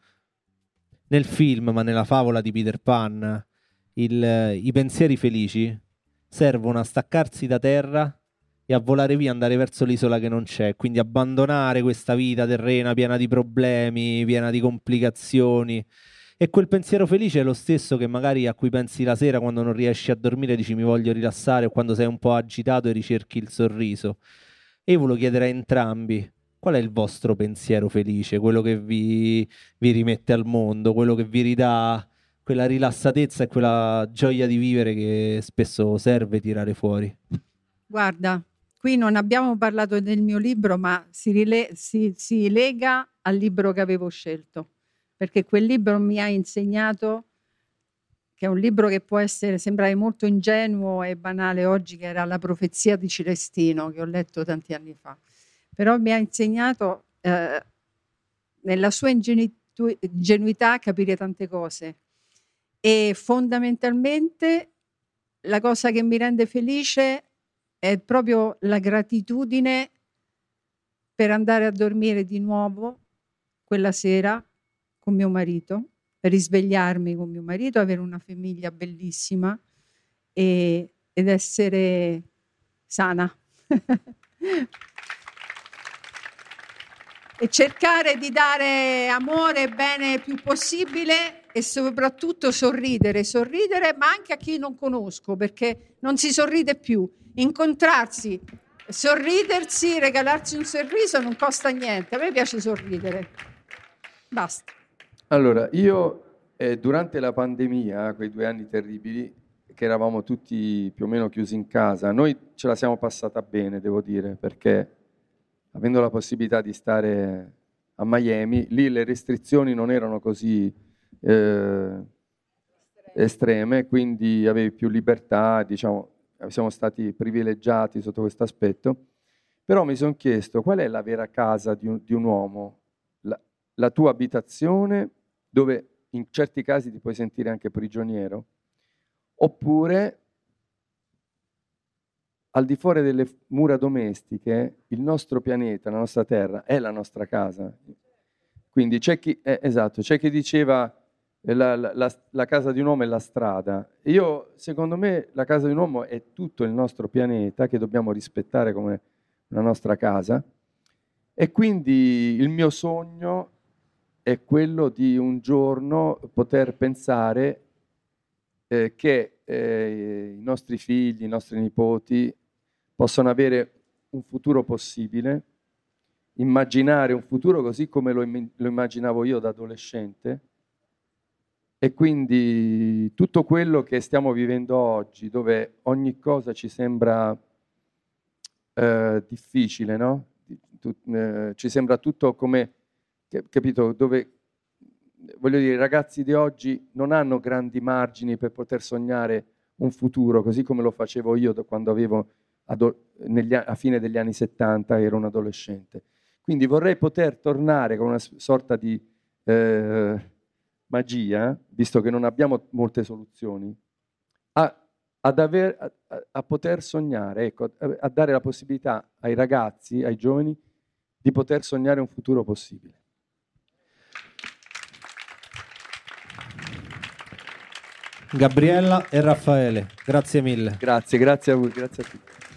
Nel film, ma nella favola di Peter Pan, i pensieri felici servono a staccarsi da terra e a volare via, andare verso l'isola che non c'è, quindi abbandonare questa vita terrena piena di problemi, piena di complicazioni. E quel pensiero felice è lo stesso che magari a cui pensi la sera quando non riesci a dormire, dici mi voglio rilassare, o quando sei un po' agitato e ricerchi il sorriso. E io ve lo chiederei a entrambi: qual è il vostro pensiero felice, quello che vi rimette al mondo, quello che vi ridà quella rilassatezza e quella gioia di vivere che spesso serve tirare fuori? Guarda, qui non abbiamo parlato del mio libro, ma si lega al libro che avevo scelto, perché quel libro mi ha insegnato, che è un libro che può sembrare molto ingenuo e banale oggi, che era La profezia di Celestino, che ho letto tanti anni fa, però mi ha insegnato nella sua ingenuità a capire tante cose, e fondamentalmente la cosa che mi rende felice è proprio la gratitudine per andare a dormire di nuovo quella sera con mio marito, risvegliarmi con mio marito, avere una famiglia bellissima ed essere sana. E cercare di dare amore e bene il più possibile, e soprattutto sorridere, ma anche a chi non conosco, perché non si sorride più. Incontrarsi, sorridersi, regalarsi un sorriso non costa niente. A me piace sorridere. Basta. Allora, io durante la pandemia, quei 2 anni terribili, che eravamo tutti più o meno chiusi in casa, noi ce la siamo passata bene, devo dire, perché avendo la possibilità di stare a Miami, lì le restrizioni non erano così estreme, quindi avevi più libertà, diciamo, siamo stati privilegiati sotto questo aspetto. Però mi sono chiesto qual è la vera casa di un uomo, la tua abitazione, dove in certi casi ti puoi sentire anche prigioniero, oppure al di fuori delle mura domestiche, il nostro pianeta, la nostra terra, è la nostra casa. Quindi c'è chi, esatto, c'è chi diceva la casa di un uomo è la strada. Secondo me, la casa di un uomo è tutto il nostro pianeta, che dobbiamo rispettare come la nostra casa. E quindi il mio sogno è quello di un giorno poter pensare che i nostri figli, i nostri nipoti possono avere un futuro possibile, immaginare un futuro così come lo immaginavo io da adolescente, e quindi tutto quello che stiamo vivendo oggi, dove ogni cosa ci sembra difficile, no? Ci sembra tutto come, capito, dove, voglio dire, i ragazzi di oggi non hanno grandi margini per poter sognare un futuro, così come lo facevo io quando avevo a fine degli anni 70, ero un adolescente. Quindi vorrei poter tornare con una sorta di magia, visto che non abbiamo molte soluzioni, a poter sognare, ecco, a dare la possibilità ai ragazzi, ai giovani, di poter sognare un futuro possibile. Gabriella e Raffaele, grazie mille. Grazie a voi, grazie a tutti.